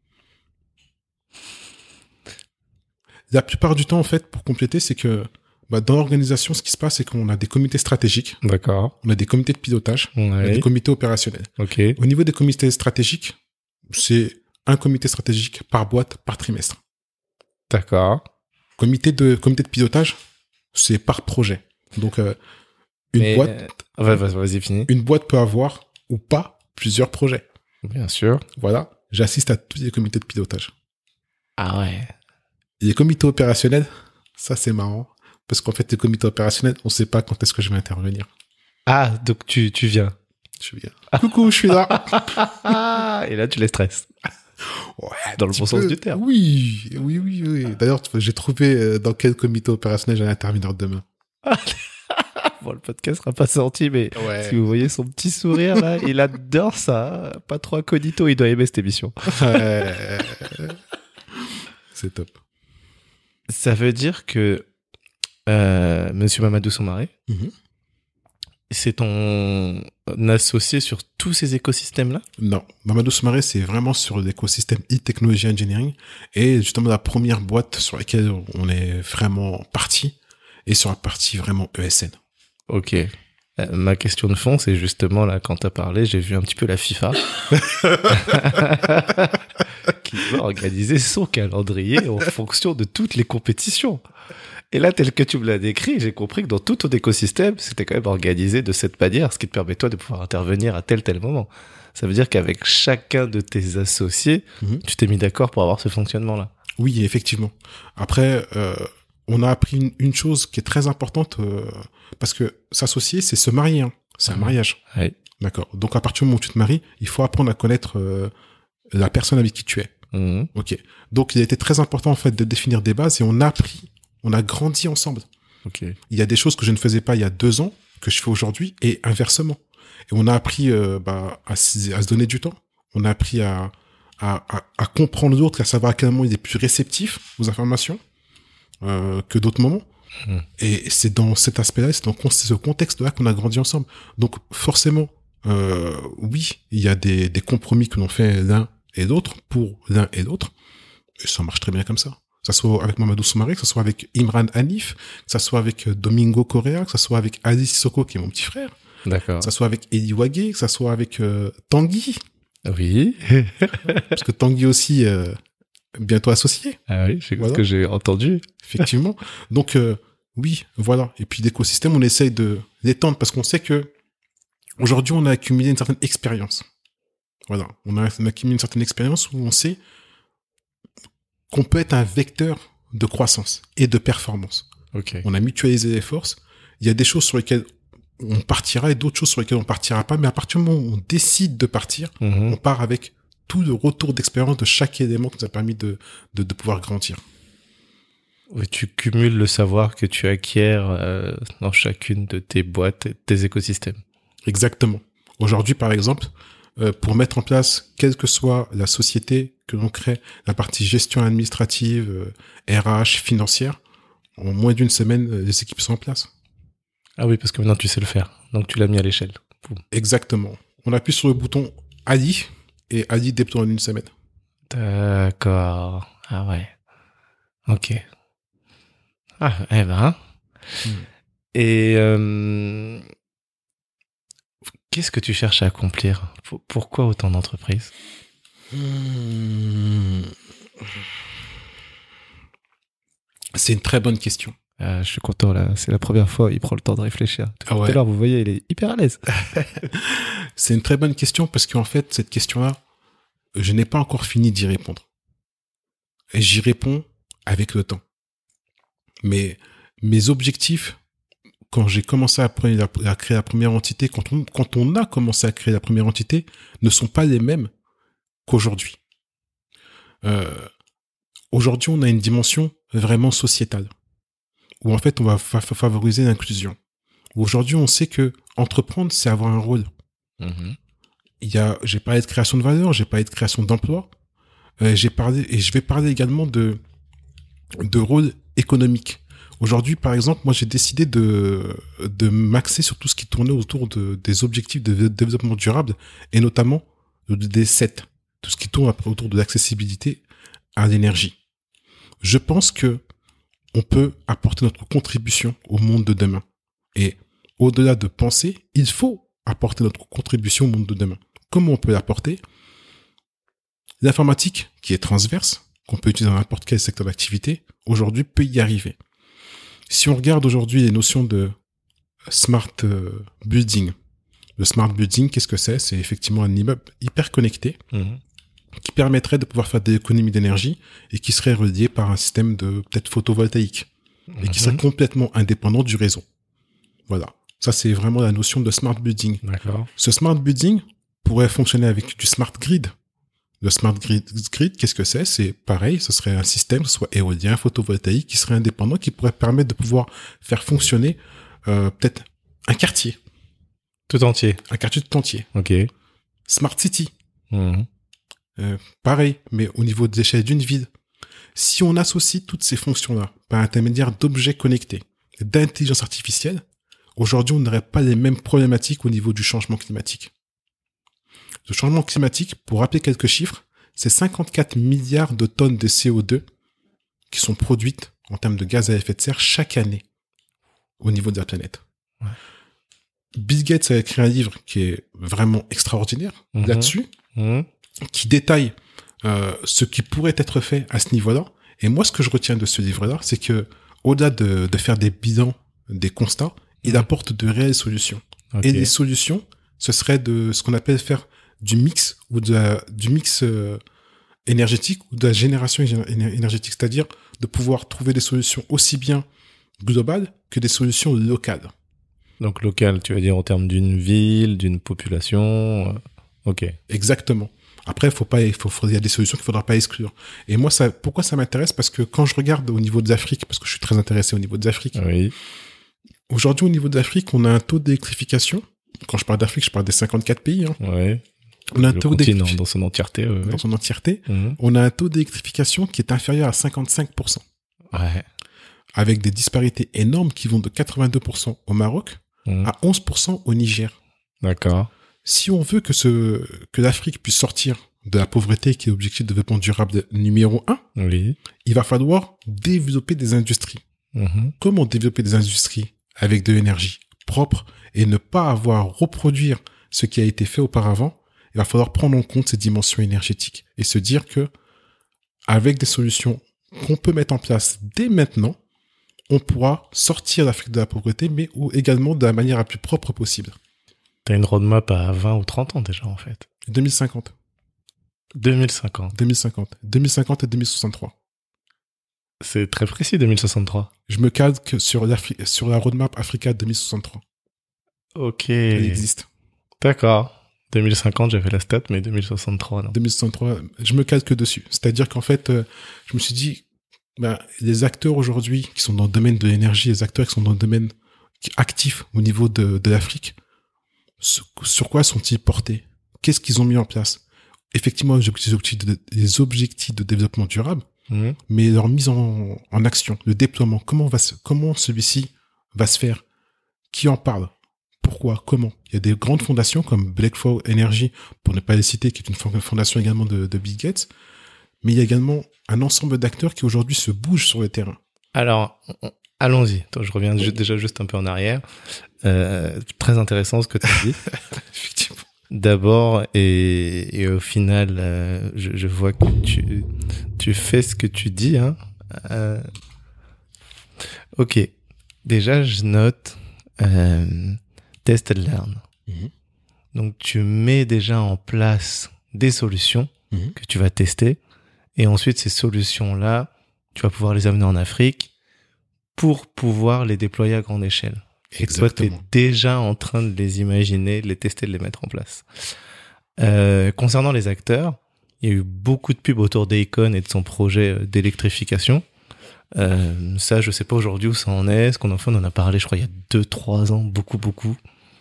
La plupart du temps, en fait, pour compléter, c'est que bah, dans l'organisation, ce qui se passe, c'est qu'on a des comités stratégiques, D'accord. on a des comités de pilotage, on a Ouais. des comités opérationnels. Ok. Au niveau des comités stratégiques, c'est un comité stratégique par boîte, par trimestre. D'accord. Comité de, comité de pilotage, c'est par projet. Donc, euh, une Mais- boîte, Ouais, vas- vas-y, fini. une boîte peut avoir ou pas plusieurs projets. Bien sûr. Voilà. J'assiste à tous les comités de pilotage. Ah ouais. Et les comités opérationnels, ça c'est marrant. Parce qu'en fait, les comités opérationnels, on sait pas quand est-ce que je vais intervenir. Ah, donc tu, tu viens. Je viens. Coucou, je suis là. Et là, tu les stresses. Ouais, Dans le un petit bon sens peu. du terme. Oui, oui, oui, oui. D'ailleurs, j'ai trouvé euh, dans quel comité opérationnel j'allais intervenir demain. Bon, le podcast sera pas sorti, mais Ouais. si vous voyez son petit sourire là, il adore ça. Pas trop incognito, il doit aimer cette émission. Ouais. C'est top. Ça veut dire que euh, Monsieur Mamadou Soumaré, Mhm. c'est ton associé sur tous ces écosystèmes-là? Non, Mamadou Soumaré, c'est vraiment sur l'écosystème e-technology engineering et justement la première boîte sur laquelle on est vraiment parti et sur la partie vraiment E S N. Ok. Euh, ma question de fond, c'est justement là, quand t'as parlé, j'ai vu un petit peu la FIFA qui va organiser son calendrier en fonction de toutes les compétitions. Et là, tel que tu me l'as décrit, j'ai compris que dans tout ton écosystème, c'était quand même organisé de cette manière, ce qui te permet toi de pouvoir intervenir à tel tel moment. Ça veut dire qu'avec chacun de tes associés, mmh. tu t'es mis d'accord pour avoir ce fonctionnement-là. Oui, effectivement. Après, euh, on a appris une, une chose qui est très importante, euh, parce que s'associer, c'est se marier. Hein. C'est mmh. un mariage. Oui. D'accord. Donc, à partir du moment où tu te maries, il faut apprendre à connaître euh, la personne avec qui tu es. Mmh. Ok. Donc, il a été très important, en fait, de définir des bases et on a appris, on a grandi ensemble. Ok. Il y a des choses que je ne faisais pas il y a deux ans, que je fais aujourd'hui, et inversement. Et on a appris euh, bah, à, à se donner du temps. On a appris à, à, à, à comprendre l'autre, à savoir à quel moment il est plus réceptif aux informations euh, que d'autres moments. Mmh. Et c'est dans cet aspect-là, c'est dans ce contexte-là qu'on a grandi ensemble. Donc forcément, euh, oui, il y a des, des compromis que l'on fait l'un et l'autre pour l'un et l'autre. Et ça marche très bien comme ça. Que ça soit avec Mamadou Soumaré, que ça soit avec Imran Hanif, que ça soit avec Domingo Correa, que ça soit avec Aziz Sissoko, qui est mon petit frère. D'accord. Que ça soit avec Eli Wagé, que ça soit avec euh, Tanguy. Oui. Parce que Tanguy aussi, euh, bientôt associé. Ah oui, c'est voilà. ce que j'ai entendu. Effectivement. Donc, euh, oui, voilà. Et puis, l'écosystème, on essaye de l'étendre parce qu'on sait que aujourd'hui, on a accumulé une certaine expérience. Voilà. On a, on a accumulé une certaine expérience où on sait qu'on peut être un vecteur de croissance et de performance. Okay. On a mutualisé les forces. Il y a des choses sur lesquelles on partira et d'autres choses sur lesquelles on partira pas, mais à partir du moment où on décide de partir, mmh. on part avec tout le retour d'expérience de chaque élément qui nous a permis de, de, de pouvoir grandir. Oui, tu cumules le savoir que tu acquiers euh, dans chacune de tes boîtes et tes écosystèmes. Exactement. Aujourd'hui, par exemple, euh, pour mettre en place, quelle que soit la société que l'on crée, la partie gestion administrative, euh, R H, financière, en moins d'une semaine, euh, les équipes sont en place. Ah oui, parce que maintenant tu sais le faire. Donc tu l'as mis à l'échelle. Boum. Exactement. On appuie sur le bouton Ali et Ali déploie en une semaine. D'accord. Ah ouais. Ok. Ah, eh ben. Hmm. Et euh, qu'est-ce que tu cherches à accomplir ? Pourquoi autant d'entreprises ? hmm. C'est une très bonne question. Euh, je suis content là, c'est la première fois, il prend le temps de réfléchir. Tout ah ouais. à l'heure, vous voyez, il est hyper à l'aise. C'est une très bonne question parce qu'en fait, cette question-là, je n'ai pas encore fini d'y répondre. Et j'y réponds avec le temps. Mais mes objectifs, quand j'ai commencé à, à créer la première entité, quand on, quand on a commencé à créer la première entité, ne sont pas les mêmes qu'aujourd'hui. Euh, aujourd'hui, on a une dimension vraiment sociétale, où en fait, on va fa- favoriser l'inclusion. Aujourd'hui, on sait que entreprendre, c'est avoir un rôle. Mmh. Il y a, j'ai parlé de création de valeur, j'ai parlé de création d'emploi, euh, j'ai parlé, et je vais parler également de, de rôle économique. Aujourd'hui, par exemple, moi, j'ai décidé de, de m'axer sur tout ce qui tournait autour de, des objectifs de développement durable, et notamment des sept, tout ce qui tourne autour de l'accessibilité à l'énergie. Je pense que on peut apporter notre contribution au monde de demain. Et au-delà de penser, il faut apporter notre contribution au monde de demain. Comment on peut l'apporter ? L'informatique, qui est transverse, qu'on peut utiliser dans n'importe quel secteur d'activité, aujourd'hui peut y arriver. Si on regarde aujourd'hui les notions de smart building, le smart building, qu'est-ce que c'est ? C'est effectivement un immeuble hyper connecté, mmh. qui permettrait de pouvoir faire des économies d'énergie et qui serait relié par un système de peut-être photovoltaïque mmh. et qui serait complètement indépendant du réseau. Voilà. Ça, c'est vraiment la notion de smart building. D'accord. Ce smart building pourrait fonctionner avec du smart grid. Le smart grid, grid qu'est-ce que c'est ? C'est pareil, ce serait un système, soit éolien, photovoltaïque, qui serait indépendant, qui pourrait permettre de pouvoir faire fonctionner euh, peut-être un quartier. Tout entier. Un quartier tout entier. Ok. Smart city. Mmh. Euh, pareil, mais au niveau de l'échelle d'une ville. Si on associe toutes ces fonctions-là par intermédiaire d'objets connectés, d'intelligence artificielle, aujourd'hui, on n'aurait pas les mêmes problématiques au niveau du changement climatique. Le changement climatique, pour rappeler quelques chiffres, c'est cinquante-quatre milliards de tonnes de C O deux qui sont produites en termes de gaz à effet de serre chaque année au niveau de la planète. Ouais. Bill Gates a écrit un livre qui est vraiment extraordinaire Mhm. là-dessus, Mmh. qui détaille euh, ce qui pourrait être fait à ce niveau-là. Et moi, ce que je retiens de ce livre-là, c'est que au-delà de, de faire des bilans, des constats, il apporte de réelles solutions. Ok. Et les solutions, ce serait de ce qu'on appelle faire du mix ou de la- du mix euh, énergétique ou de la génération éner- énergétique, c'est-à-dire de pouvoir trouver des solutions aussi bien globales que des solutions locales. Donc local, tu veux dire en termes d'une ville, d'une population. euh, Ok. Exactement. Après, faut pas, il faut, faut- il y a des solutions qu'il faudra pas exclure. Et moi, ça, pourquoi ça m'intéresse? Parce que quand je regarde au niveau de l'Afrique, parce que je suis très intéressé au niveau de l'Afrique, Oui. aujourd'hui, au niveau de l'Afrique, on a un taux d'électrification. Quand je parle d'Afrique, je parle des cinquante-quatre pays, hein. Ouais. On a un Le taux continent d'électrification dans son entièreté. ouais, ouais. dans son entièreté. Mhm. On a un taux d'électrification qui est inférieur à cinquante-cinq pour cent. Ouais. Avec des disparités énormes qui vont de quatre-vingt-deux pour cent au Maroc Mhm. à onze pour cent au Niger. D'accord. Si on veut que ce, que l'Afrique puisse sortir de la pauvreté qui est l'objectif de développement durable numéro un, Oui. il va falloir développer des industries. Mhm. Comment développer des industries avec de l'énergie propre et ne pas avoir à reproduire ce qui a été fait auparavant? Il va falloir prendre en compte ces dimensions énergétiques et se dire que avec des solutions qu'on peut mettre en place dès maintenant, on pourra sortir l'Afrique de la pauvreté, mais ou également de la manière la plus propre possible. T'as une roadmap à vingt ou trente ans déjà, en fait. deux mille cinquante, deux mille cinquante. deux mille cinquante, deux mille cinquante et deux mille soixante-trois. C'est très précis, deux mille soixante-trois. Je me calque sur, l'Afri- sur la roadmap Africa deux mille soixante-trois. Ok. Elle existe. D'accord. deux mille cinquante, j'avais la stat, mais deux mille soixante-trois, non. deux mille soixante-trois, je me calque dessus. C'est-à-dire qu'en fait, euh, je me suis dit, ben, les acteurs aujourd'hui qui sont dans le domaine de l'énergie, les acteurs qui sont dans le domaine qui- actif au niveau de, de l'Afrique, sur, sur quoi sont-ils portés? Qu'est-ce qu'ils ont mis en place? Effectivement, les objectifs de, les objectifs de développement durable, Mhm. mais leur mise en, en action, le déploiement, comment va se, comment celui-ci va se faire? Qui en parle? Pourquoi? Comment? Il y a des grandes fondations comme Blackfall Energy, pour ne pas les citer, qui est une fond- fondation également de, de Bill Gates, mais il y a également un ensemble d'acteurs qui aujourd'hui se bougent sur le terrain. Alors, on- allons-y. Attends, je reviens ju- déjà juste un peu en arrière. Euh, très intéressant ce que tu as dit. Effectivement. D'abord, et, et au final, euh, je, je vois que tu, tu fais ce que tu dis. Hein. Euh, ok. Déjà, je note euh, test and learn. Mhm. Donc, tu mets déjà en place des solutions Mhm. que tu vas tester. Et ensuite, ces solutions-là, tu vas pouvoir les amener en Afrique pour pouvoir les déployer à grande échelle. Et toi, tu es Exactement. déjà en train de les imaginer, de les tester, de les mettre en place. Euh, concernant les acteurs, il y a eu beaucoup de pubs autour d'Akon et de son projet euh, d'électrification. Euh, ça, je sais pas aujourd'hui où ça en est. Ce qu'on en fait, on en a parlé, je crois, il y a deux, trois ans, beaucoup, beaucoup.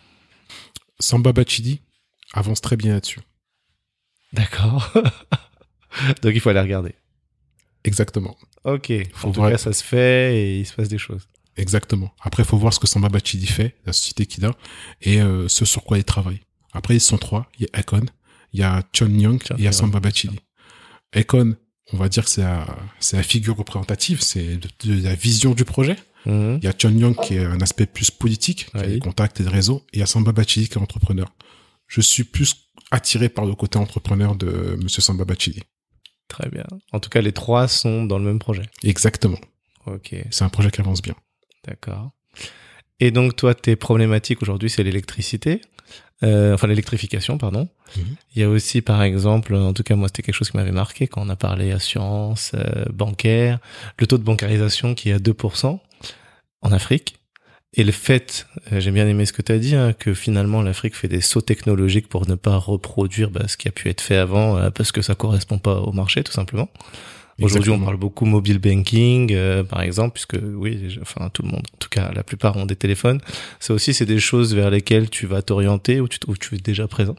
Samba Bachidi avance très bien là-dessus. D'accord. Donc, il faut aller regarder. Exactement. Ok. Faut En tout voir- cas, ça se fait et il se passe des choses. Exactement. Après, il faut voir ce que Samba Bachidi fait, la société qu'il a, et euh, ce sur quoi il travaille. Après, ils sont trois. Il y a Akon, il y a Chon Young, Chon et il y a Young. Samba Bachidi. Akon, on va dire que c'est la, c'est la figure représentative, c'est de, de la vision du projet. Mhm. Il y a Chon Young qui est un aspect plus politique, qui a Oui. les contacts et le réseau, et il y a Samba Bachidi qui est entrepreneur. Je suis plus attiré par le côté entrepreneur de Monsieur Samba Bachidi. Très bien. En tout cas, les trois sont dans le même projet. Exactement. Ok. C'est un projet qui avance bien. D'accord. Et donc, toi, tes problématiques aujourd'hui, c'est l'électricité, euh, enfin l'électrification, pardon. Mhm. Il y a aussi, par exemple, en tout cas, moi, c'était quelque chose qui m'avait marqué quand on a parlé assurance, euh, bancaire, le taux de bancarisation qui est à deux pour cent en Afrique. Et le fait, euh, j'ai bien aimé ce que tu as dit, hein, que finalement, l'Afrique fait des sauts technologiques pour ne pas reproduire bah, ce qui a pu être fait avant, euh, parce que ça correspond pas au marché, tout simplement. Aujourd'hui, on Exactement. parle beaucoup mobile banking, euh, par exemple, puisque oui, je- enfin tout le monde, en tout cas la plupart ont des téléphones. Ça aussi, c'est des choses vers lesquelles tu vas t'orienter ou tu, ou tu es déjà présent.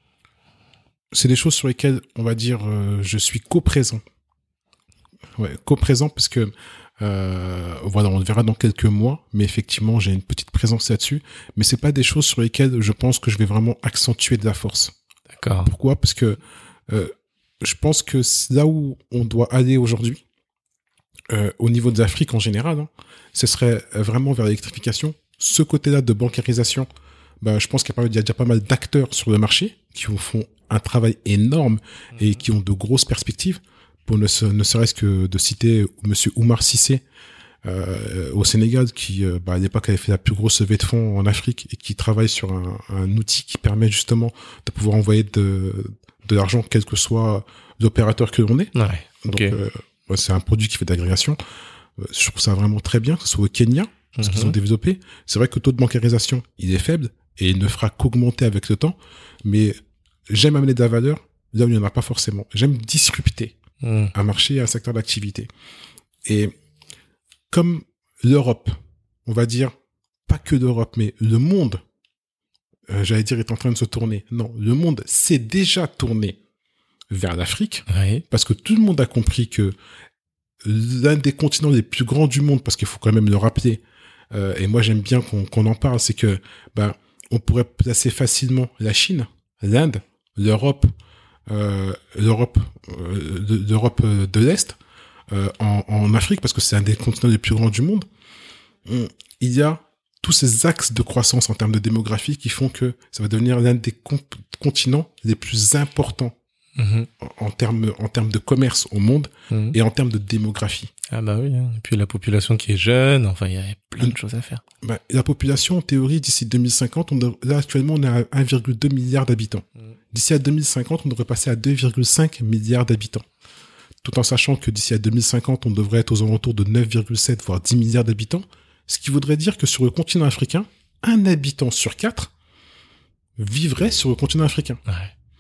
C'est des choses sur lesquelles, on va dire, euh, je suis co-présent. Ouais, co-présent parce que, euh, voilà, on le verra dans quelques mois, mais effectivement, j'ai une petite présence là-dessus. Mais c'est pas des choses sur lesquelles je pense que je vais vraiment accentuer de la force. D'accord. Pourquoi? Parce que euh, je pense que c'est là où on doit aller aujourd'hui, euh, au niveau de l'Afrique en général, hein, ce serait vraiment vers l'électrification. Ce côté-là de bancarisation bah, je pense qu'il y a, pas, il y a déjà pas mal d'acteurs sur le marché qui font un travail énorme mmh. et qui ont de grosses perspectives. Pour ne, ne serait-ce que de citer Monsieur Oumar Cissé euh, au Sénégal, qui euh, bah, à l'époque avait fait la plus grosse levée de fonds en Afrique et qui travaille sur un, un outil qui permet justement de pouvoir envoyer de, de l'argent, quel que soit l'opérateur que l'on est. Ouais, Donc okay. euh, c'est un produit qui fait d'agrégation. Je trouve ça vraiment très bien, que ce soit au Kenya, parce mmh. qu'ils ont développé. C'est vrai que le taux de bancarisation, il est faible et il ne fera qu'augmenter avec le temps. Mais j'aime amener de la valeur là où il n'y en a pas forcément. J'aime disrupter mmh. un marché et un secteur d'activité. Et comme l'Europe, on va dire, pas que l'Europe, mais le monde, euh, j'allais dire, est en train de se tourner. Non, le monde s'est déjà tourné vers l'Afrique, oui. parce que tout le monde a compris que l'un des continents les plus grands du monde, parce qu'il faut quand même le rappeler, euh, et moi j'aime bien qu'on, qu'on en parle, c'est que ben, on pourrait placer facilement la Chine, l'Inde, l'Europe, euh, l'Europe, euh, de, l'Europe de l'Est, euh, en, en Afrique, parce que c'est un des continents les plus grands du monde. On, il y a tous ces axes de croissance en termes de démographie qui font que ça va devenir l'un des con- continents les plus importants mmh. en, en termes en termes de commerce au monde mmh. et en termes de démographie. Ah bah oui, hein. Et puis la population qui est jeune, enfin il y a plein de choses à faire. Bah, la population, en théorie, d'ici deux mille cinquante, on devrait, là actuellement on est à un virgule deux milliard d'habitants. Mmh. D'ici à deux mille cinquante, on devrait passer à deux virgule cinq milliards d'habitants. Tout en sachant que d'ici à deux mille cinquante, on devrait être aux alentours de neuf virgule sept voire dix milliards d'habitants. Ce qui voudrait dire que sur le continent africain, un habitant sur quatre vivrait sur le continent africain. Ouais.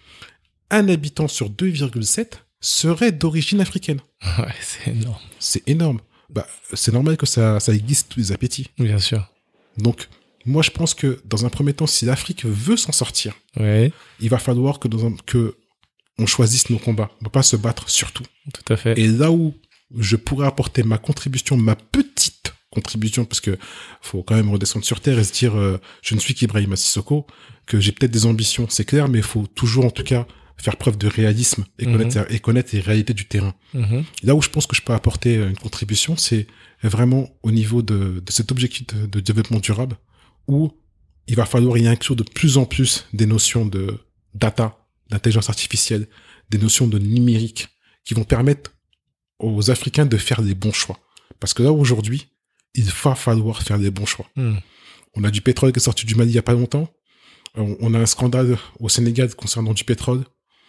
Un habitant sur deux virgule sept serait d'origine africaine. Ouais, c'est énorme. C'est énorme. Bah, c'est normal que ça, ça aiguise tous les appétits. Bien sûr. Donc, moi, je pense que dans un premier temps, si l'Afrique veut s'en sortir, ouais. il va falloir que, dans un, que on choisisse nos combats. On ne peut pas se battre sur tout. Tout à fait. Et là où je pourrais apporter ma contribution, ma petite contribution, parce que faut quand même redescendre sur terre et se dire euh, je ne suis qu'Ibrahima Sissoko, que j'ai peut-être des ambitions, c'est clair, mais il faut toujours en tout cas faire preuve de réalisme et, mmh. connaître, et connaître les réalités du terrain. Mmh. Là où je pense que je peux apporter une contribution, c'est vraiment au niveau de, de cet objectif de, de développement durable, où il va falloir y inclure de plus en plus des notions de data, d'intelligence artificielle, des notions de numérique, qui vont permettre aux Africains de faire des bons choix. Parce que là, aujourd'hui, il va falloir faire des bons choix. Mmh. On a du pétrole qui est sorti du Mali il y a pas longtemps. On, on a un scandale au Sénégal concernant du pétrole.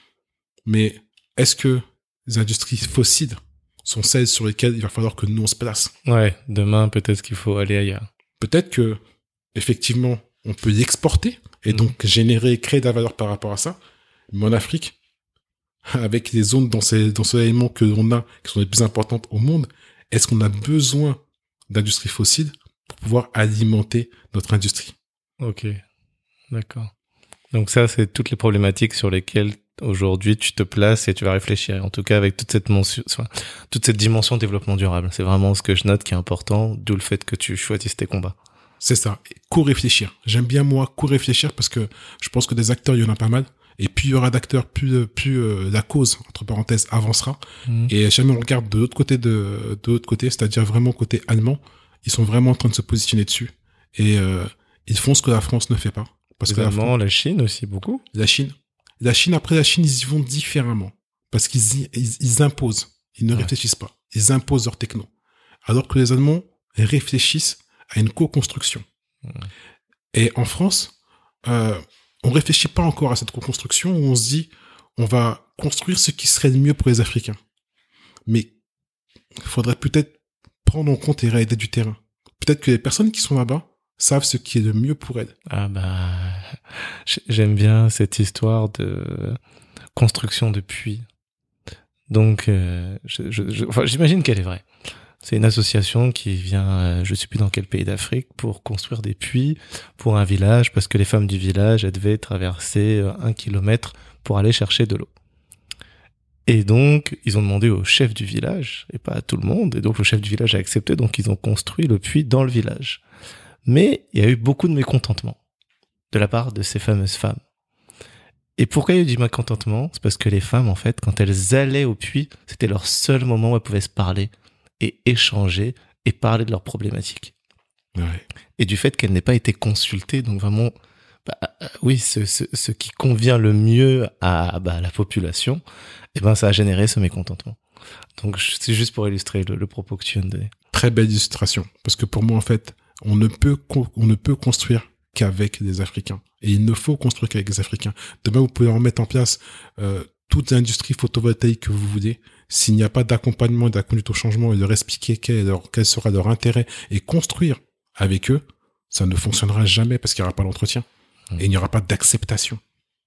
Mais est-ce que les industries fossiles sont celles sur lesquelles il va falloir que nous on se place ? Ouais, demain peut-être qu'il faut aller ailleurs. Peut-être que effectivement on peut y exporter et mmh. donc générer et créer de la valeur par rapport à ça. Mais en Afrique, avec les zones d'ensoleillement que l'on a, qui sont les plus importantes au monde, est-ce qu'on a besoin d'industries fossiles pour pouvoir alimenter notre industrie ? Ok, d'accord. Donc ça, c'est toutes les problématiques sur lesquelles aujourd'hui tu te places et tu vas réfléchir. En tout cas, avec toute cette mention, toute cette dimension développement durable, c'est vraiment ce que je note qui est important, d'où le fait que tu choisisses tes combats. C'est ça, co-réfléchir. J'aime bien moi co-réfléchir parce que je pense que des acteurs, il y en a pas mal. Et plus il y aura d'acteurs, plus, plus euh, la cause, entre parenthèses, avancera. Mmh. Et jamais on regarde de l'autre côté, de, de l'autre côté, c'est-à-dire vraiment côté allemand, ils sont vraiment en train de se positionner dessus. Et euh, ils font ce que la France ne fait pas. Parce Les que Allemands, la, France, la Chine aussi, beaucoup. La Chine. La Chine, après la Chine, ils y vont différemment. Parce qu'ils y, ils, ils imposent. Ils ne ouais. réfléchissent pas. Ils imposent leur techno. Alors que les Allemands réfléchissent à une co-construction. Mmh. Et en France, euh, on réfléchit pas encore à cette co-construction où on se dit, on va construire ce qui serait le mieux pour les Africains. Mais il faudrait peut-être prendre en compte les réalités du terrain. Peut-être que les personnes qui sont là-bas savent ce qui est le mieux pour elles. Ah bah, j'aime bien cette histoire de construction de puits. Donc, euh, je, je, je, enfin, j'imagine qu'elle est vraie. C'est une association qui vient, euh, je sais plus dans quel pays d'Afrique, pour construire des puits pour un village, parce que les femmes du village, elles devaient traverser euh, un kilomètre pour aller chercher de l'eau. Et donc, ils ont demandé au chef du village, et pas à tout le monde, et donc le chef du village a accepté, donc ils ont construit le puits dans le village. Mais il y a eu beaucoup de mécontentement de la part de ces fameuses femmes. Et pourquoi il y a eu du mécontentement ? C'est parce que les femmes, en fait, quand elles allaient au puits, c'était leur seul moment où elles pouvaient se parler et échanger et parler de leurs problématiques. Ouais. Et du fait qu'elles n'aient pas été consultées, donc vraiment bah, euh, oui, ce, ce, ce qui convient le mieux à, bah, à la population, eh ben, ça a généré ce mécontentement. Donc, c'est juste pour illustrer le, le propos que tu viens de donner. Très belle illustration. Parce que pour moi, en fait, on ne peut, on ne peut construire qu'avec des Africains. Et il ne faut construire qu'avec des Africains. Demain, vous pouvez en mettre en place euh, toute l'industrie photovoltaïque que vous voulez. S'il n'y a pas d'accompagnement et d'accompagnement au changement et de leur expliquer quel, leur, quel sera leur intérêt et construire avec eux, ça ne fonctionnera jamais parce qu'il n'y aura pas d'entretien. Mmh. Et il n'y aura pas d'acceptation.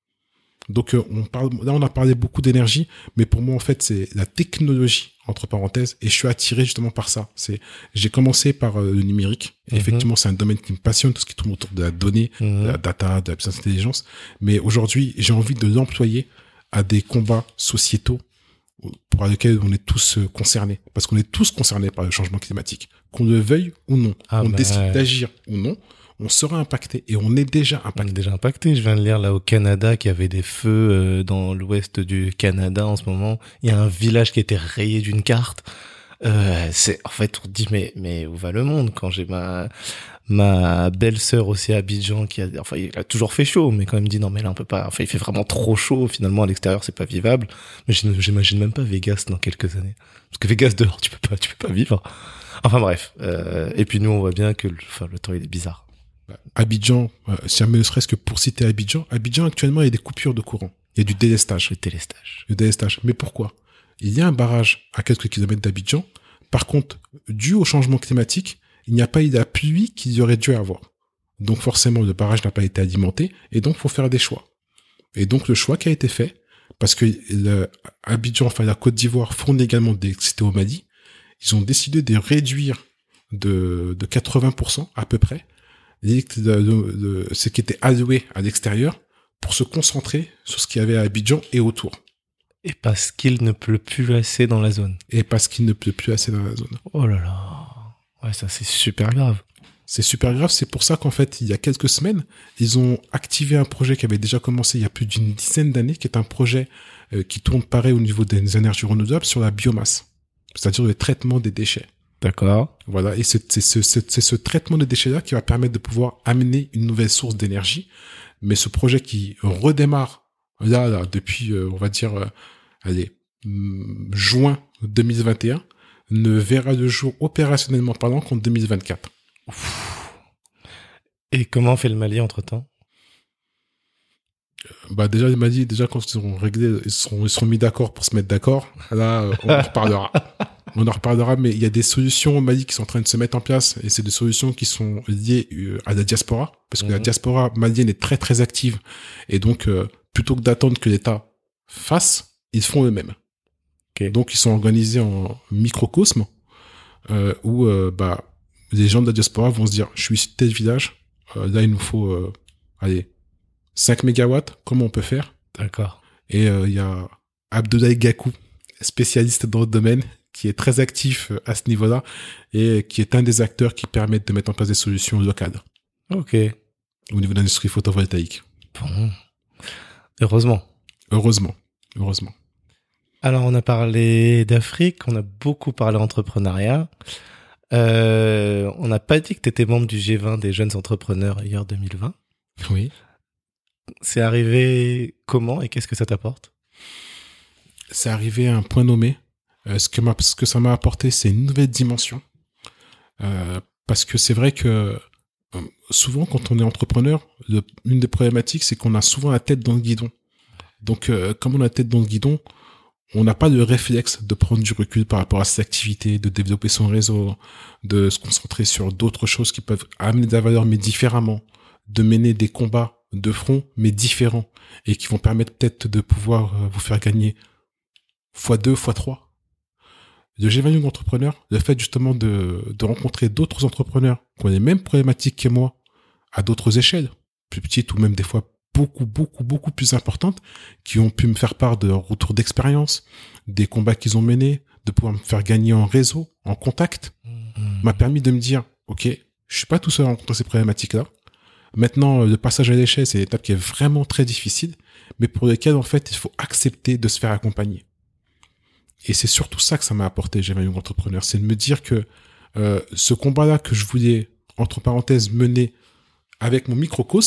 Donc, euh, on parle, là, on a parlé beaucoup d'énergie, mais pour moi, en fait, c'est la technologie, entre parenthèses, et je suis attiré justement par ça. C'est, j'ai commencé par euh, le numérique, et mmh. effectivement, c'est un domaine qui me passionne, tout ce qui tourne autour de la donnée, mmh. de la data, de la business intelligence, mais aujourd'hui, j'ai envie de l'employer à des combats sociétaux pour lesquels on est tous euh, concernés, parce qu'on est tous concernés par le changement climatique, qu'on le veuille ou non, ah on bah décide ouais. d'agir ou non, on sera impacté et on est déjà impacté. On est déjà impacté. Je viens de lire là au Canada qu'il y avait des feux euh, dans l'ouest du Canada en ce moment. Il y a un village qui a été rayé d'une carte. Euh, c'est en fait on dit mais mais où va le monde quand j'ai ma ma belle-sœur aussi à Abidjan qui a enfin il a toujours fait chaud mais quand même dit non mais là on peut pas enfin il fait vraiment trop chaud finalement à l'extérieur c'est pas vivable mais j'imagine même pas Vegas dans quelques années parce que Vegas dehors tu peux pas tu peux pas vivre enfin bref euh, et puis nous on voit bien que le, enfin le temps il est bizarre. Abidjan, euh, si ne serait-ce que pour citer Abidjan, Abidjan actuellement il y a des coupures de courant, il y a du délestage. Le délestage. Le délestage. Mais pourquoi ? Il y a un barrage à quelques kilomètres d'Abidjan. Par contre, dû au changement climatique, il n'y a pas eu la pluie qu'il y aurait dû avoir. Donc forcément, le barrage n'a pas été alimenté et donc il faut faire des choix. Et donc le choix qui a été fait, parce que le, Abidjan, enfin la Côte d'Ivoire fournit également de l'électricité au Mali, ils ont décidé de réduire de, de quatre-vingts pour cent à peu près de, de, de, ce qui était alloué à l'extérieur pour se concentrer sur ce qu'il y avait à Abidjan et autour. Et parce qu'il ne pleut plus assez dans la zone. Et parce qu'il ne pleut plus assez dans la zone. Oh là là. Ouais, ça c'est super grave. C'est super grave, c'est pour ça qu'en fait, il y a quelques semaines, ils ont activé un projet qui avait déjà commencé il y a plus d'une dizaine d'années, qui est un projet euh, qui tourne pareil au niveau des énergies renouvelables sur la biomasse. C'est-à-dire le traitement des déchets. D'accord. Voilà, et c'est, c'est, c'est, c'est, c'est ce traitement des déchets-là qui va permettre de pouvoir amener une nouvelle source d'énergie. Mais ce projet qui redémarre, là, là depuis, euh, on va dire, euh, allez, mm, juin deux mille vingt et un, ne verra le jour opérationnellement parlant qu'en deux mille vingt-quatre. Ouf. Et comment fait le Mali entre-temps ? Bah déjà le Mali, déjà quand ils seront réglés, ils seront, ils seront mis d'accord pour se mettre d'accord. Là, euh, on en reparlera. On en reparlera, mais il y a des solutions au Mali qui sont en train de se mettre en place, et c'est des solutions qui sont liées euh, à la diaspora, parce que mmh. la diaspora malienne est très très active, et donc euh, plutôt que d'attendre que l'État fasse, ils font eux-mêmes. Okay. Donc ils sont organisés en microcosme, euh, où euh, bah les gens de la diaspora vont se dire, je suis ici de tel village, euh, là il nous faut, euh, allez, cinq mégawatts, comment on peut faire ? D'accord. Et il euh, y a Abdoulaye Gakou, spécialiste dans le domaine, qui est très actif à ce niveau-là et qui est un des acteurs qui permettent de mettre en place des solutions locales. Ok. Au niveau de l'industrie photovoltaïque. Bon. Heureusement. Heureusement. Heureusement. Alors, on a parlé d'Afrique, on a beaucoup parlé entrepreneuriat. Euh, on n'a pas dit que tu étais membre du G vingt des jeunes entrepreneurs hier deux mille vingt. Oui. C'est arrivé comment et qu'est-ce que ça t'apporte ? C'est arrivé à un point nommé. Euh, ce, que ce que ça m'a apporté, c'est une nouvelle dimension. Euh, parce que c'est vrai que euh, souvent, quand on est entrepreneur, le, une des problématiques, c'est qu'on a souvent la tête dans le guidon. Donc, euh, comme on a la tête dans le guidon, on n'a pas le réflexe de prendre du recul par rapport à ses activités, de développer son réseau, de se concentrer sur d'autres choses qui peuvent amener de la valeur, mais différemment, de mener des combats de front, mais différents, et qui vont permettre peut-être de pouvoir euh, vous faire gagner fois deux, fois trois. Le G vingt Young Entrepreneur, le fait justement de, de rencontrer d'autres entrepreneurs qui ont les mêmes problématiques que moi, à d'autres échelles, plus petites ou même des fois beaucoup, beaucoup, beaucoup plus importantes, qui ont pu me faire part de leur retour d'expérience, des combats qu'ils ont menés, de pouvoir me faire gagner en réseau, en contact, mmh. m'a permis de me dire, ok, je suis pas tout seul à rencontrer ces problématiques-là. Maintenant, le passage à l'échelle, c'est une étape qui est vraiment très difficile, mais pour laquelle, en fait, il faut accepter de se faire accompagner. Et c'est surtout ça que ça m'a apporté, G vingt Young Entrepreneur, c'est de me dire que euh, ce combat-là que je voulais, entre parenthèses, mener avec mon microcosme,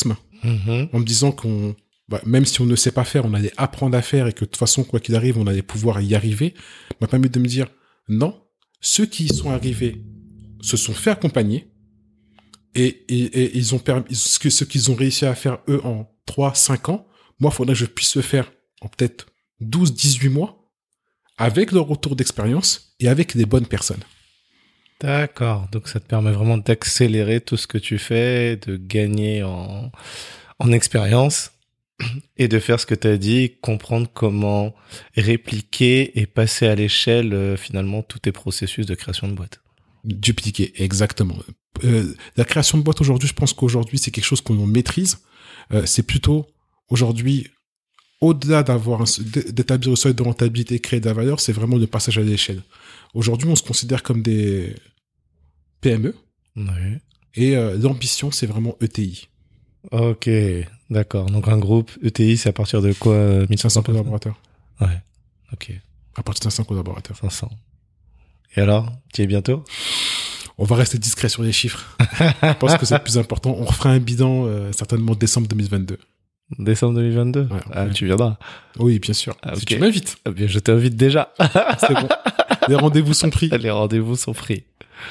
Mhm. en me disant qu'on, bah, même si on ne sait pas faire, on allait apprendre à faire et que de toute façon, quoi qu'il arrive, on allait pouvoir y arriver, m'a permis de me dire, non, ceux qui y sont arrivés se sont fait accompagner et, et, et ils ont permis, ce que, ce qu'ils ont réussi à faire eux en trois, cinq ans, moi, il faudrait que je puisse le faire en peut-être douze, dix-huit mois avec leur retour d'expérience et avec des bonnes personnes. D'accord. Donc, ça te permet vraiment d'accélérer tout ce que tu fais, de gagner en, en expérience et de faire ce que tu as dit, comprendre comment répliquer et passer à l'échelle, euh, finalement, tous tes processus de création de boîte. Dupliquer, exactement. Euh, la création de boîte aujourd'hui, je pense qu'aujourd'hui, c'est quelque chose qu'on maîtrise. Euh, c'est plutôt, aujourd'hui, au-delà d'avoir un, d'établir le seuil de rentabilité, créer de la valeur, c'est vraiment le passage à l'échelle. Aujourd'hui, on se considère comme des P M E. Oui. Et euh, l'ambition, c'est vraiment E T I. Ok, d'accord. Donc un groupe E T I, c'est à partir de quoi euh, mille cinq cents collaborateurs. Ouais, ok. À partir de cinq cents collaborateurs. cinq cents. Et alors, tu y es bientôt? On va rester discret sur les chiffres. Je pense que c'est le plus important. On refera un bilan euh, certainement décembre deux mille vingt-deux. Décembre deux mille vingt-deux. Ouais, ah, ouais. Tu viendras. Oui, bien sûr. Ah, Si okay. tu m'invites. Ah, bien, je t'invite déjà. C'est bon. Les rendez-vous sont pris. Les rendez-vous sont pris.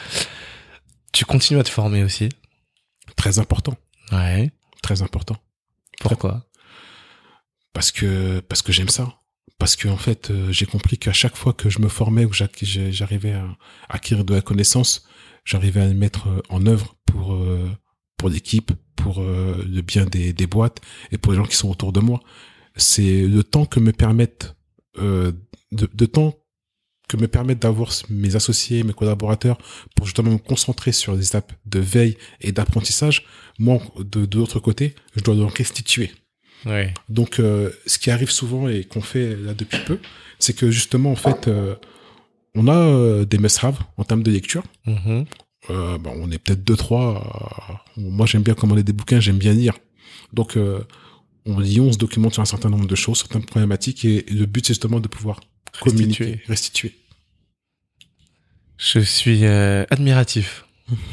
Tu continues à te former aussi. Très important. Ouais. Très important. Pourquoi? Parce que parce que j'aime ça. Parce que en fait, euh, j'ai compris qu'à chaque fois que je me formais ou j'arrivais à acquérir de la connaissance, j'arrivais à le mettre en œuvre pour euh, pour l'équipe, pour euh, le bien des, des boîtes et pour les gens qui sont autour de moi. C'est le temps que me permettent euh, de, de temps que me permettent d'avoir mes associés, mes collaborateurs, pour justement me concentrer sur les étapes de veille et d'apprentissage. Moi, de, de l'autre côté, je dois leur restituer. Ouais. Donc, euh, ce qui arrive souvent et qu'on fait là depuis peu, c'est que justement, en fait, euh, on a euh, des must-have en termes de lecture. Mm-hmm. Euh, bah, on est peut-être deux, trois. Euh, moi, j'aime bien commander des bouquins, j'aime bien lire. Donc, euh, on lit, on se documente sur un certain nombre de choses, certaines problématiques, et, et le but, c'est justement de pouvoir communiquer, restituer. restituer. Je suis euh, admiratif.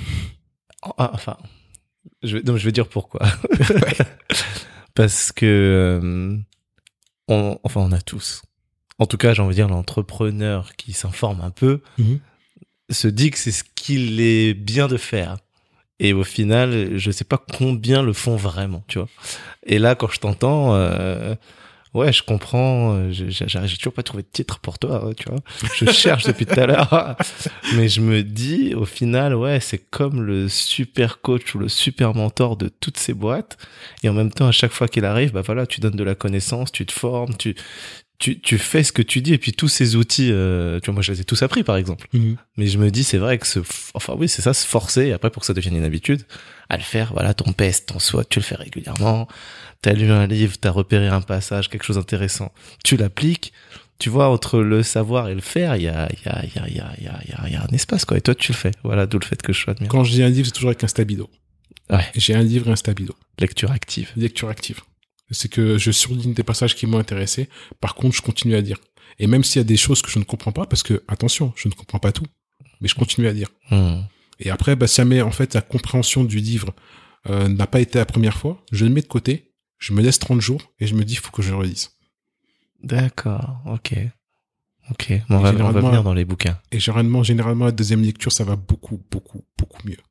ah, enfin, je vais, donc je vais dire pourquoi. Parce que, euh, on, enfin, on a tous. En tout cas, j'ai envie de dire, l'entrepreneur qui s'informe un peu mm-hmm. se dit que c'est ce qu'il est bien de faire. Et au final, je sais pas combien le font vraiment, tu vois. Et là, quand je t'entends, euh, ouais, je comprends. J'ai, j'ai, j'ai toujours pas trouvé de titre pour toi, tu vois. Je cherche depuis tout à l'heure, mais je me dis, au final, ouais, c'est comme le super coach ou le super mentor de toutes ces boîtes. Et en même temps, à chaque fois qu'il arrive, bah voilà, tu donnes de la connaissance, tu te formes, tu tu tu fais ce que tu dis. Et puis tous ces outils, euh, tu vois, moi je les ai tous appris, par exemple. Mmh. Mais je me dis, c'est vrai que ce, enfin oui, c'est ça, se forcer. Et après, pour que ça devienne une habitude, à le faire. Voilà, ton P E S, ton SWOT, tu le fais régulièrement. T'as lu un livre, t'as repéré un passage, quelque chose d'intéressant, tu l'appliques. Tu vois, entre le savoir et le faire, il y a, il y a, il y a, il y a, il y a, il y a, il y a un espace, quoi. Et toi, tu le fais. Voilà, d'où le fait que je sois admiré. Quand je dis un livre, c'est toujours avec un stabilo. Ouais. J'ai un livre et un stabilo. Lecture active. Lecture active. C'est que je surligne des passages qui m'ont intéressé. Par contre, je continue à lire. Et même s'il y a des choses que je ne comprends pas, parce que, attention, je ne comprends pas tout, mais je continue à lire. Mmh. Et après, bah, si jamais, en fait, la compréhension du livre euh, n'a pas été la première fois, je le mets de côté, je me laisse trente jours, et je me dis, il faut que je le relise. D'accord, ok. Ok, bon, on, va, on va venir dans les bouquins. Et généralement, généralement, la deuxième lecture, ça va beaucoup, beaucoup, beaucoup mieux.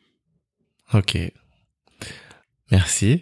Ok. Merci.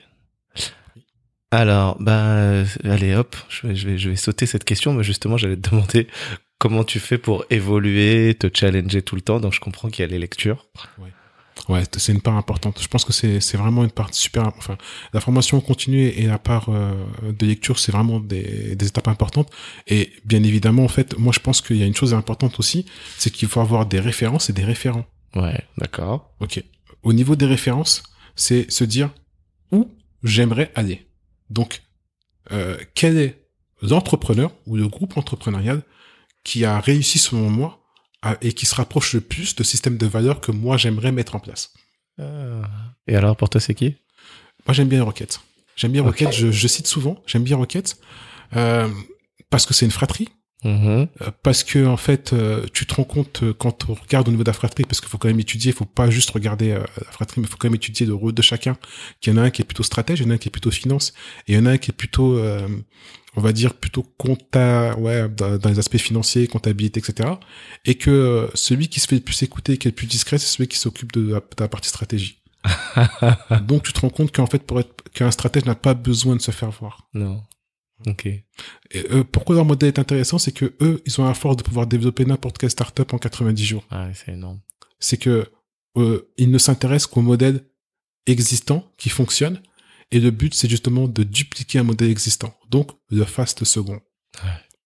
Alors, bah, allez, hop, je vais, je vais, je vais sauter cette question, mais justement, j'allais te demander comment tu fais pour évoluer, te challenger tout le temps. Donc, je comprends qu'il y a les lectures. Ouais, ouais, c'est une part importante. Je pense que c'est, c'est vraiment une part super. Enfin, la formation continue et la part euh, de lecture, c'est vraiment des, des étapes importantes. Et bien évidemment, en fait, moi, je pense qu'il y a une chose importante aussi, c'est qu'il faut avoir des références et des référents. Ouais, d'accord. Ok. Au niveau des références, c'est se dire où j'aimerais aller. Donc, euh, quel est l'entrepreneur ou le groupe entrepreneurial qui a réussi selon moi à, et qui se rapproche le plus de système de valeurs que moi j'aimerais mettre en place. Euh, et alors, pour toi, c'est qui ? Moi, j'aime bien Rocket. J'aime bien okay. Rocket, je, je cite souvent, j'aime bien Rocket, euh, parce que c'est une fratrie. Mmh. Euh, parce que en fait, euh, tu te rends compte euh, quand on regarde au niveau de la fratrie, parce qu'il faut quand même étudier, il faut pas juste regarder euh, la fratrie, mais il faut quand même étudier le rôle de chacun. Qu'il y en a un qui est plutôt stratège, il y en a un qui est plutôt finance, et il y en a un qui est plutôt, euh, on va dire plutôt compta, ouais, dans, dans les aspects financiers, comptabilité, et cetera. Et que euh, celui qui se fait le plus écouter, qui est le plus discret, c'est celui qui s'occupe de la, de la partie stratégie. Donc tu te rends compte qu'en fait, pour être qu'un stratège n'a pas besoin de se faire voir. Non. Ok. Et, euh, pourquoi leur modèle est intéressant, c'est que eux, ils ont la force de pouvoir développer n'importe quelle startup en quatre-vingt-dix jours. Ah, c'est énorme. C'est que euh, ils ne s'intéressent qu'au modèle existant qui fonctionne, et le but, c'est justement de dupliquer un modèle existant. Donc, le fast second. Ouais.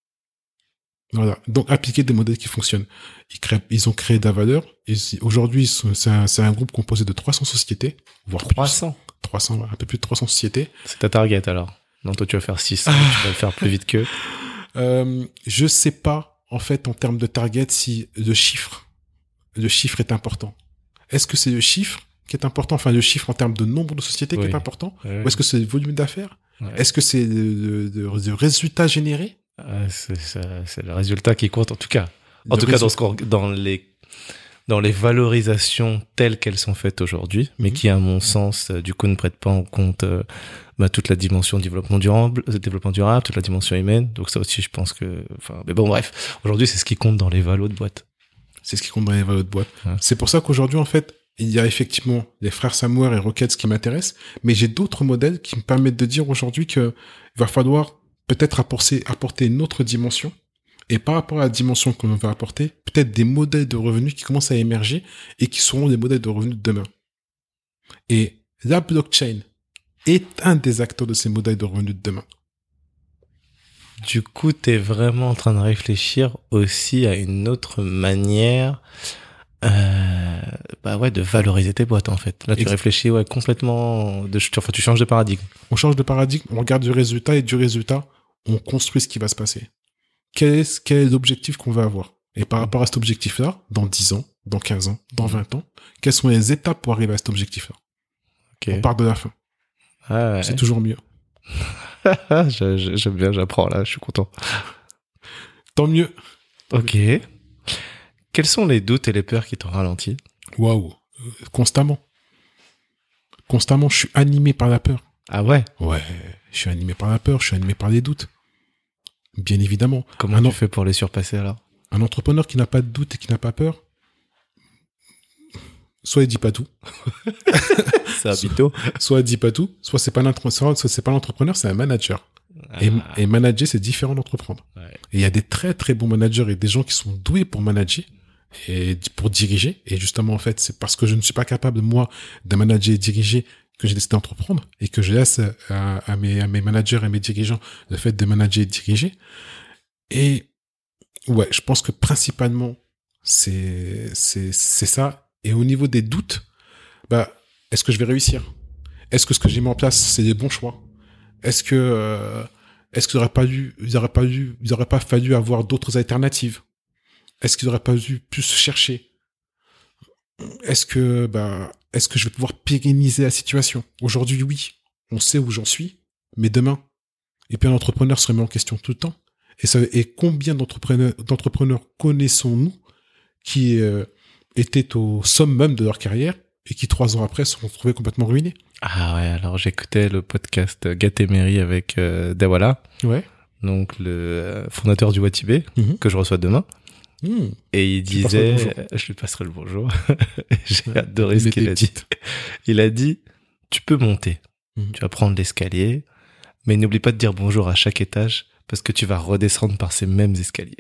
Voilà. Donc, appliquer des modèles qui fonctionnent. Ils créent, ils ont créé de la valeur. Et aujourd'hui, c'est un, c'est un groupe composé de trois cents sociétés, voire trois cents. plus. trois cents, un peu plus de trois cents sociétés. C'est ta target alors. Non, toi, tu vas faire six cents, ah. Tu vas le faire plus vite qu'eux. Euh, je sais pas, en fait, en termes de target, si le chiffre, le chiffre est important. Est-ce que c'est le chiffre qui est important, enfin, le chiffre en termes de nombre de sociétés oui. qui est important? Oui. Ou est-ce que c'est le volume d'affaires? Ouais. Est-ce que c'est le, le, le, le résultat généré? euh, c'est, c'est, c'est le résultat qui compte, en tout cas. En le tout résultat. cas, dans, ce qu'on, dans les, dans les valorisations telles qu'elles sont faites aujourd'hui, mais mm-hmm. qui, à mon sens, euh, du coup, ne prêtent pas en compte, euh, bah, toute la dimension développement durable, développement durable, toute la dimension humaine. Donc ça aussi, je pense que, enfin, mais bon, bref. Aujourd'hui, c'est ce qui compte dans les valos de boîte. C'est ce qui compte dans les valos de boîte. Ouais. C'est pour ça qu'aujourd'hui, en fait, il y a effectivement les frères Samwer et Rockets qui m'intéressent, mais j'ai d'autres modèles qui me permettent de dire aujourd'hui que il va falloir peut-être apporter, apporter une autre dimension. Et par rapport à la dimension qu'on va apporter, peut-être des modèles de revenus qui commencent à émerger et qui seront des modèles de revenus de demain. Et la blockchain est un des acteurs de ces modèles de revenus de demain. Du coup, tu es vraiment en train de réfléchir aussi à une autre manière euh, bah ouais, de valoriser tes boîtes, en fait. Là, tu Exactement. réfléchis ouais, complètement... De, enfin, tu changes de paradigme. On change de paradigme, on regarde du résultat, et du résultat, on construit ce qui va se passer. Quel est, quel est l'objectif qu'on va avoir? Et par rapport à cet objectif-là, dans dix ans, dans quinze ans, dans vingt ans, quelles sont les étapes pour arriver à cet objectif-là? Okay. On part de la fin. Ah ouais. C'est toujours mieux. je, je, j'aime bien, j'apprends là, je suis content. Tant mieux. Ok. Quels sont les doutes et les peurs qui t'ont ralenti? Waouh. Euh, constamment. Constamment, je suis animé par la peur. Ah ouais? Ouais, je suis animé par la peur, je suis animé par les doutes. Bien évidemment. Comment un tu en... fais pour les surpasser alors? Un entrepreneur qui n'a pas de doute et qui n'a pas peur, soit il dit pas tout. C'est un mytho. Soit, soit il dit pas tout, soit c'est pas l'entrepreneur, soit c'est pas l'entrepreneur, c'est un manager. Ah. Et, et manager, c'est différent d'entreprendre. Ouais. Et il y a des très très bons managers et des gens qui sont doués pour manager et pour diriger. Et justement, en fait, c'est parce que je ne suis pas capable, moi, de manager et diriger que j'ai décidé d'entreprendre et que je laisse à, à, mes, à mes managers et mes dirigeants le fait de manager et diriger. Et ouais, je pense que principalement, c'est, c'est, c'est ça. Et au niveau des doutes, bah, est-ce que je vais réussir? Est-ce que ce que j'ai mis en place, c'est des bons choix? Est-ce que, euh, est-ce qu'ils auraient pas dû, ils auraient pas dû, ils auraient pas fallu avoir d'autres alternatives? Est-ce qu'ils auraient pas dû plus chercher? Est-ce que, bah, est-ce que je vais pouvoir pérenniser la situation? Aujourd'hui, oui. On sait où j'en suis, mais demain. Et puis un entrepreneur se remet en question tout le temps. Et ça, et combien d'entrepreneurs, d'entrepreneurs connaissons-nous qui, euh, étaient au summum de leur carrière et qui, trois ans après, se sont retrouvés complètement ruinés? Ah ouais, alors j'écoutais le podcast Gatemery avec euh, Dawala. Ouais. Donc le fondateur du Watibé, mm-hmm. que je reçois demain. Mm. Et il tu disait, je lui passerai le bonjour. J'ai ouais. adoré ce qu'il a dit. Il a dit, tu peux monter, mm. tu vas prendre l'escalier, mais n'oublie pas de dire bonjour à chaque étage parce que tu vas redescendre par ces mêmes escaliers.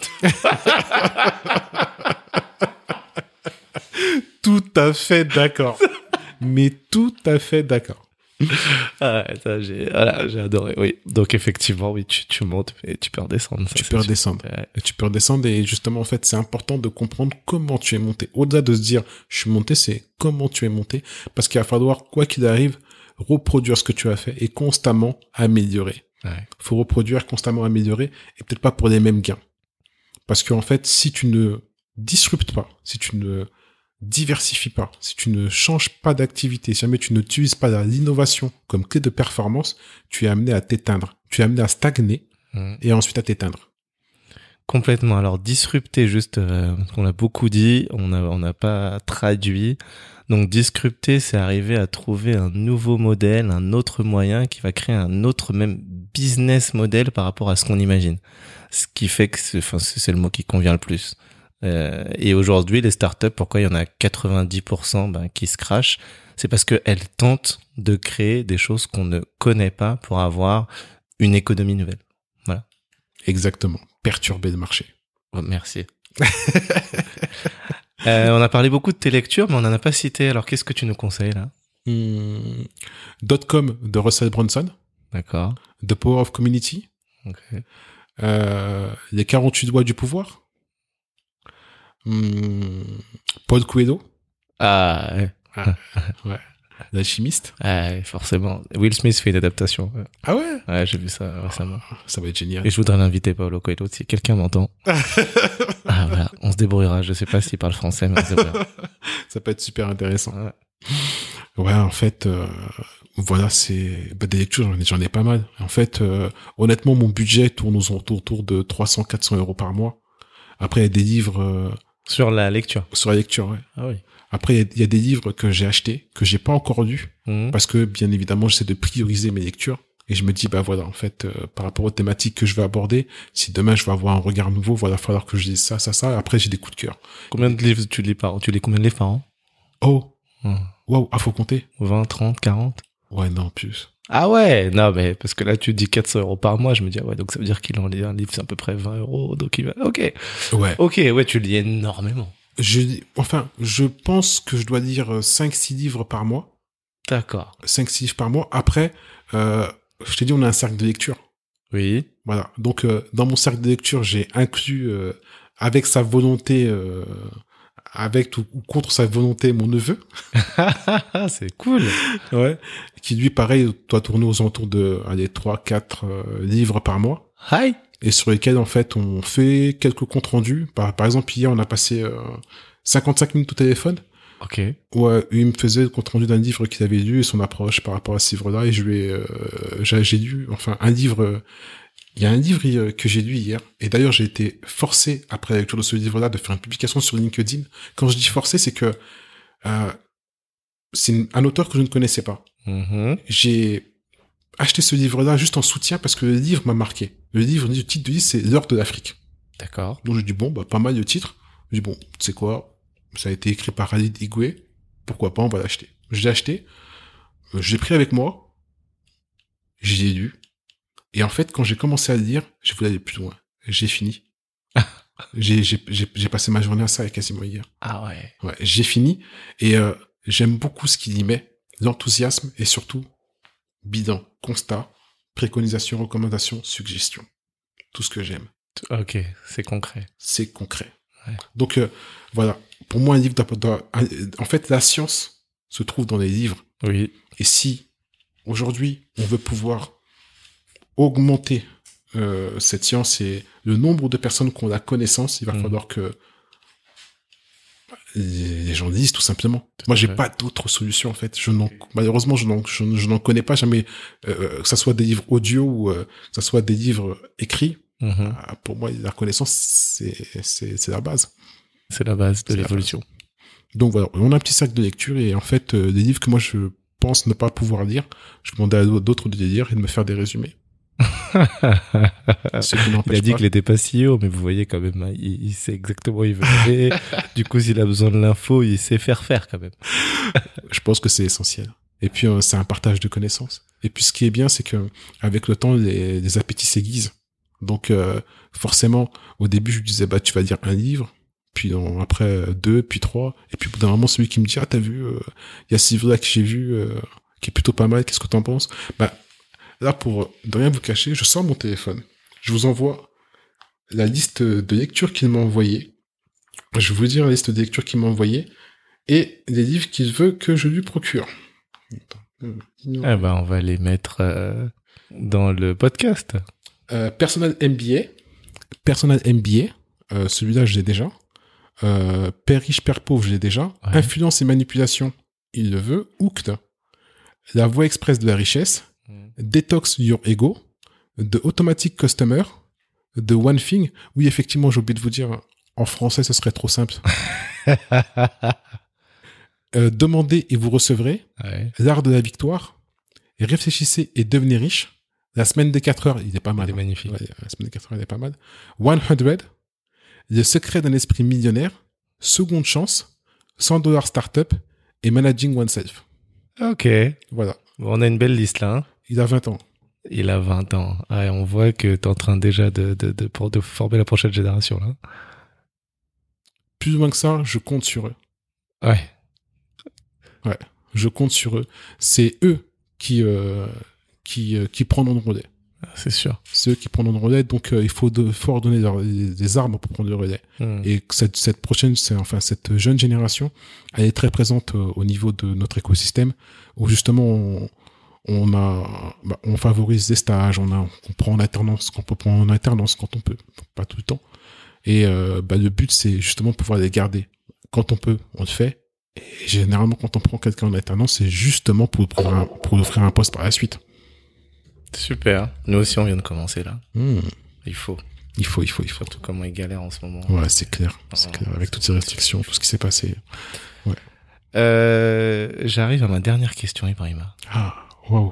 Tout à fait d'accord. Mais tout à fait d'accord. Ah ouais, ça, j'ai, voilà, j'ai adoré, oui. Donc, effectivement, oui, tu, tu montes et tu peux redescendre. Ça, tu peux redescendre. Ouais. Et tu peux redescendre et justement, en fait, c'est important de comprendre comment tu es monté. Au-delà de se dire, je suis monté, c'est comment tu es monté. Parce qu'il va falloir, quoi qu'il arrive, reproduire ce que tu as fait et constamment améliorer. Ouais. Faut reproduire, constamment améliorer et peut-être pas pour les mêmes gains. Parce qu'en fait, si tu ne disruptes pas, si tu ne diversifie pas, si tu ne changes pas d'activité, si jamais tu n'utilises pas l'innovation comme clé de performance, tu es amené à t'éteindre. Tu es amené à stagner mmh. et ensuite à t'éteindre. Complètement. Alors, disrupter, juste, euh, parce qu'on a beaucoup dit, on a, on n'a pas traduit. Donc, disrupter, c'est arriver à trouver un nouveau modèle, un autre moyen qui va créer un autre même business model par rapport à ce qu'on imagine. Ce qui fait que c'est, enfin, c'est le mot qui convient le plus. Euh, et aujourd'hui, les startups, pourquoi il y en a quatre-vingt-dix pour cent ben, qui se crachent? C'est parce qu'elles tentent de créer des choses qu'on ne connaît pas pour avoir une économie nouvelle. Voilà. Exactement. Perturber le marché. Oh, merci. euh, on a parlé beaucoup de tes lectures, mais on n'en a pas cité. Alors, qu'est-ce que tu nous conseilles, là? Hmm. Dot-com de Russell Brunson. D'accord. The Power of Community. Okay. Euh, les quarante-huit doigts du pouvoir. Hmm. Paul Coelho. Ah, ouais. Ah, ouais. L'alchimiste. Ah, forcément. Will Smith fait une adaptation. Ah ouais? Ouais, j'ai vu ça récemment. Ça va être génial. Et je voudrais l'inviter, Paulo Coelho, si quelqu'un m'entend. Ah, voilà. On se débrouillera. Je sais pas s'il parle français, mais on se débrouillera. Ça peut être super intéressant. Ouais, ouais en fait, euh, voilà, c'est, bah, des lectures, j'en ai, j'en ai pas mal. En fait, euh, honnêtement, mon budget tourne aux autour, autour de trois cents, quatre cents euros par mois. Après, il y a des livres, euh, sur la lecture. Sur la lecture, ouais. Ah oui. Après, il y, y a des livres que j'ai achetés, que j'ai pas encore lus, mmh. parce que, bien évidemment, j'essaie de prioriser mes lectures. Et je me dis, bah voilà, en fait, euh, par rapport aux thématiques que je vais aborder, si demain je vais avoir un regard nouveau, voilà, il va falloir que je lise ça, ça, ça. Après, j'ai des coups de cœur. Combien de livres tu lis par an? Tu lis combien de livres par an? Oh! mmh. Waouh, ah, faut compter? vingt, trente, quarante? Ouais, non, plus. Ah ouais, non, mais parce que là, tu dis quatre cents euros par mois, je me dis, ah ouais, donc ça veut dire qu'il en lit un livre, c'est à peu près vingt euros, donc il va, ok. Ouais. Ok, ouais, tu lis énormément. Je, enfin, je pense que je dois lire cinq six livres par mois. D'accord. cinq six livres par mois. Après, euh, je t'ai dit, on a un cercle de lecture. Oui. Voilà. Donc, euh, dans mon cercle de lecture, j'ai inclus, euh, avec sa volonté, euh, avec ou contre sa volonté, mon neveu. C'est cool. Ouais. Qui, lui, pareil, doit tourner aux alentours de, allez, trois quatre euh, livres par mois. Hi. Et sur lesquels, en fait, on fait quelques comptes rendus. Par, par exemple, hier, on a passé euh, cinquante-cinq minutes au téléphone. Ok. Où euh, il me faisait le compte rendu d'un livre qu'il avait lu et son approche par rapport à ce livre-là. Et je lui ai, euh, j'ai, j'ai lu, enfin, un livre... Euh, il y a un livre euh, que j'ai lu hier. Et d'ailleurs, j'ai été forcé, après la lecture de ce livre-là, de faire une publication sur LinkedIn. Quand je dis forcé, c'est que euh, c'est une, un auteur que je ne connaissais pas. Mm-hmm. J'ai acheté ce livre-là juste en soutien parce que le livre m'a marqué. Le livre, le titre du livre, c'est L'heure de l'Afrique. D'accord. Donc je dis bon, bah pas mal de titres. Je dis bon, tu sais quoi, ça a été écrit par Khalid Igwe, pourquoi pas, on va l'acheter. Je l'ai acheté, euh, je l'ai pris avec moi, je l'ai lu, et en fait quand j'ai commencé à le lire, je voulais aller plus loin. J'ai fini. j'ai, j'ai, j'ai, j'ai passé ma journée à ça quasiment hier. Ah ouais. Ouais, j'ai fini, et euh, j'aime beaucoup ce qu'il y met, l'enthousiasme, et surtout bilan, constat, préconisation, recommandation, suggestion. Tout ce que j'aime. Ok, c'est concret. C'est concret. Ouais. Donc, euh, voilà. Pour moi, un livre doit, doit, en fait, la science se trouve dans les livres. Oui. Et si, aujourd'hui, on veut pouvoir augmenter euh, cette science et le nombre de personnes qui ont la connaissance, il va mmh. falloir que les gens lisent, tout simplement. Tout Moi, j'ai fait. pas d'autre solution, en fait. Je n'en, malheureusement, je n'en, je, je n'en connais pas jamais, euh, que ça soit des livres audio ou euh, que ça soit des livres écrits. Mmh. Euh, pour moi, la connaissance, c'est, c'est, c'est la base. C'est la base de c'est l'évolution. Base. Donc voilà, on a un petit sac de lecture et en fait, euh, des livres que moi, je pense ne pas pouvoir lire, je demandais à d'autres de les lire et de me faire des résumés. Ce qui il a dit pas. qu'il était pas C E O, mais vous voyez quand même, hein, il, il sait exactement où il veut aller. Du coup, s'il a besoin de l'info, il sait faire faire quand même. Je pense que c'est essentiel. Et puis, euh, c'est un partage de connaissances. Et puis, ce qui est bien, c'est que avec le temps, les, les appétits s'aiguisent. Donc, euh, forcément, au début, je lui disais, bah, tu vas lire un livre, puis non, après deux, puis trois, et puis au bout d'un moment, celui qui me dit, ah, t'as vu, il euh, y a ce livre-là que j'ai vu, euh, qui est plutôt pas mal, qu'est-ce que t'en penses? Bah, là, pour ne rien vous cacher, je sors mon téléphone. Je vous envoie la liste de lectures qu'il m'a envoyée. Je vais vous dire la liste de lectures qu'il m'a envoyée et les livres qu'il veut que je lui procure. Eh ben, on va les mettre euh, dans le podcast. Euh, Personal M B A. Personal M B A. Euh, celui-là, je l'ai déjà. Euh, Père riche, Père pauvre, je l'ai déjà. Ouais. Influence et manipulation, il le veut. Hooked. La voie express de la richesse. Detox Your Ego, The Automatic Customer, The One Thing. Oui, effectivement, j'ai oublié de vous dire, en français, ce serait trop simple. euh, demandez et vous recevrez. Ouais. L'art de la victoire. Réfléchissez et devenez riche. La semaine des quatre heures, il est pas mal. Il est hein. magnifique. Ouais, la semaine des quatre heures, il est pas mal. cent. Le secret d'un esprit millionnaire. Seconde chance. cent dollars startup. Et managing oneself. Ok. Voilà. Bon, on a une belle liste là. Hein. Il a vingt ans. Il a vingt ans. Ouais, on voit que t'es en train déjà de, de, de, de, de former la prochaine génération là. Plus ou moins que ça, je compte sur eux. Ouais. Ouais. Je compte sur eux. C'est eux qui, euh, qui, euh, qui prendront le relais. C'est sûr. C'est eux qui prendront le relais. Donc, euh, il faut, de, faut leur donner leur, des, des armes pour prendre le relais. Mmh. Et cette, cette prochaine, c'est, enfin, cette jeune génération, elle est très présente euh, au niveau de notre écosystème où justement, on, on a, bah, on favorise des stages, on a, on prend en alternance quand on peut prendre en alternance quand on peut, pas tout le temps. Et, euh, bah, le but, c'est justement de pouvoir les garder. Quand on peut, on le fait. Et généralement, quand on prend quelqu'un en alternance, c'est justement pour, pour, un, pour lui offrir un poste par la suite. Super. Nous aussi, on vient de commencer là. Mmh. Il faut. Il faut, il faut, il faut. Surtout comment ils galèrent en ce moment. Ouais, c'est clair. C'est Ah. clair. Avec toutes ces restrictions, tout ce qui s'est passé. Ouais. Euh, j'arrive à ma dernière question, Ibrahima. Ah, waouh.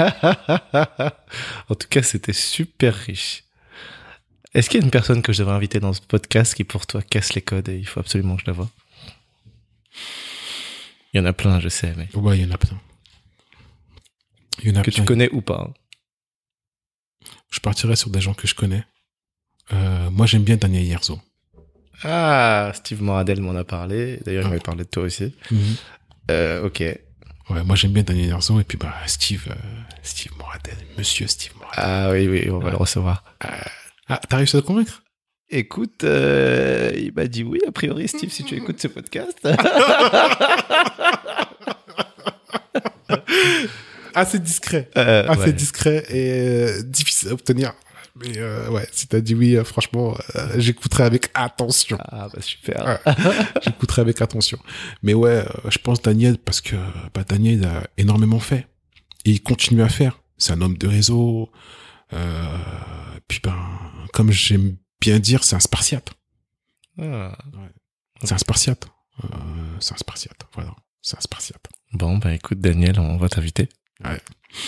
En tout cas, c'était super riche. Est-ce qu'il y a une personne que je devrais inviter dans ce podcast qui, pour toi, casse les codes et il faut absolument que je la voie? Il y en a plein, je sais, mais... Ouais, il y en a plein. Il y en a Que plein. tu connais ou pas. Je partirais sur des gens que je connais. Euh, moi, j'aime bien Daniel Yerzo. Ah, Steve Moradel m'en a parlé. D'ailleurs, il Ah. m'avait parlé de toi aussi. Mm-hmm. Euh, ok. Ouais, moi, j'aime bien Daniel Yerzo. Et puis, bah, Steve, euh, Steve Moradel. Monsieur Steve Moradel. Ah oui, oui, on va Ouais. le recevoir. Ah, t'as réussi à le convaincre? Écoute, euh, il m'a dit oui, a priori, Steve, si tu écoutes ce podcast. Assez discret. Euh, Assez ouais. discret et euh, difficile à obtenir. Mais euh, ouais, si t'as dit oui, euh, franchement, euh, j'écouterai avec attention. Ah, bah super. Ouais. J'écouterai avec attention. Mais ouais, euh, je pense Daniel, parce que bah, Daniel il a énormément fait. Et il continue à faire. C'est un homme de réseau. Euh, puis ben, comme j'aime bien dire, c'est un spartiate. Ah. C'est un spartiate. Euh, c'est un spartiate. Voilà. C'est un spartiate. Bon, bah écoute, Daniel, on va t'inviter. Ouais.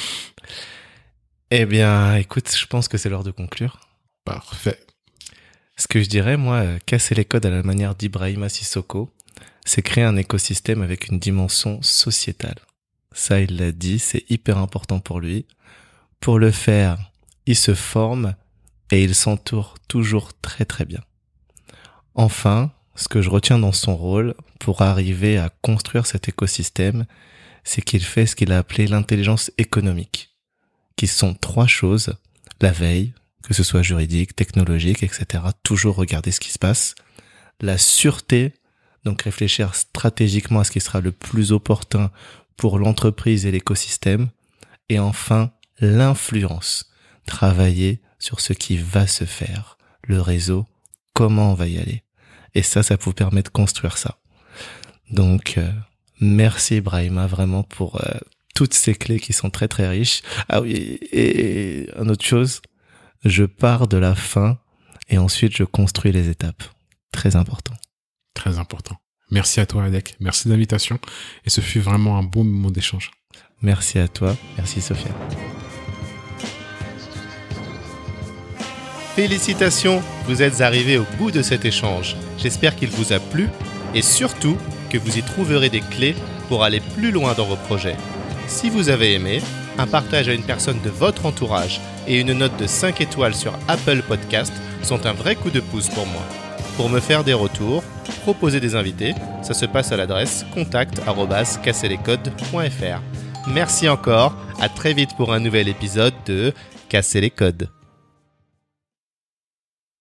Eh bien, écoute, je pense que c'est l'heure de conclure. Parfait. Ce que je dirais, moi, euh, casser les codes à la manière d'Ibrahima Sissoko, c'est créer un écosystème avec une dimension sociétale. Ça, il l'a dit, c'est hyper important pour lui. Pour le faire, il se forme et il s'entoure toujours très très bien. Enfin, ce que je retiens dans son rôle pour arriver à construire cet écosystème, c'est qu'il fait ce qu'il a appelé l'intelligence économique, qui sont trois choses: la veille, que ce soit juridique, technologique, et cetera. Toujours regarder ce qui se passe. La sûreté, donc réfléchir stratégiquement à ce qui sera le plus opportun pour l'entreprise et l'écosystème. Et enfin, l'influence. Travailler sur ce qui va se faire. Le réseau, comment on va y aller. Et ça, ça vous permet de construire ça. Donc, euh, merci Ibrahima vraiment pour euh, toutes ces clés qui sont très très riches. Ah oui, et, et une autre chose, je pars de la fin et ensuite je construis les étapes. Très important. Très important. Merci à toi, Alec. Merci de l'invitation. Et ce fut vraiment un beau moment d'échange. Merci à toi. Merci Sophia. Félicitations, vous êtes arrivés au bout de cet échange. J'espère qu'il vous a plu et surtout que vous y trouverez des clés pour aller plus loin dans vos projets. Si vous avez aimé, un partage à une personne de votre entourage et une note de cinq étoiles sur Apple Podcast sont un vrai coup de pouce pour moi. Pour me faire des retours, proposer des invités, ça se passe à l'adresse contact arobase casser les codes point f r. Merci encore, à très vite pour un nouvel épisode de Casser les codes.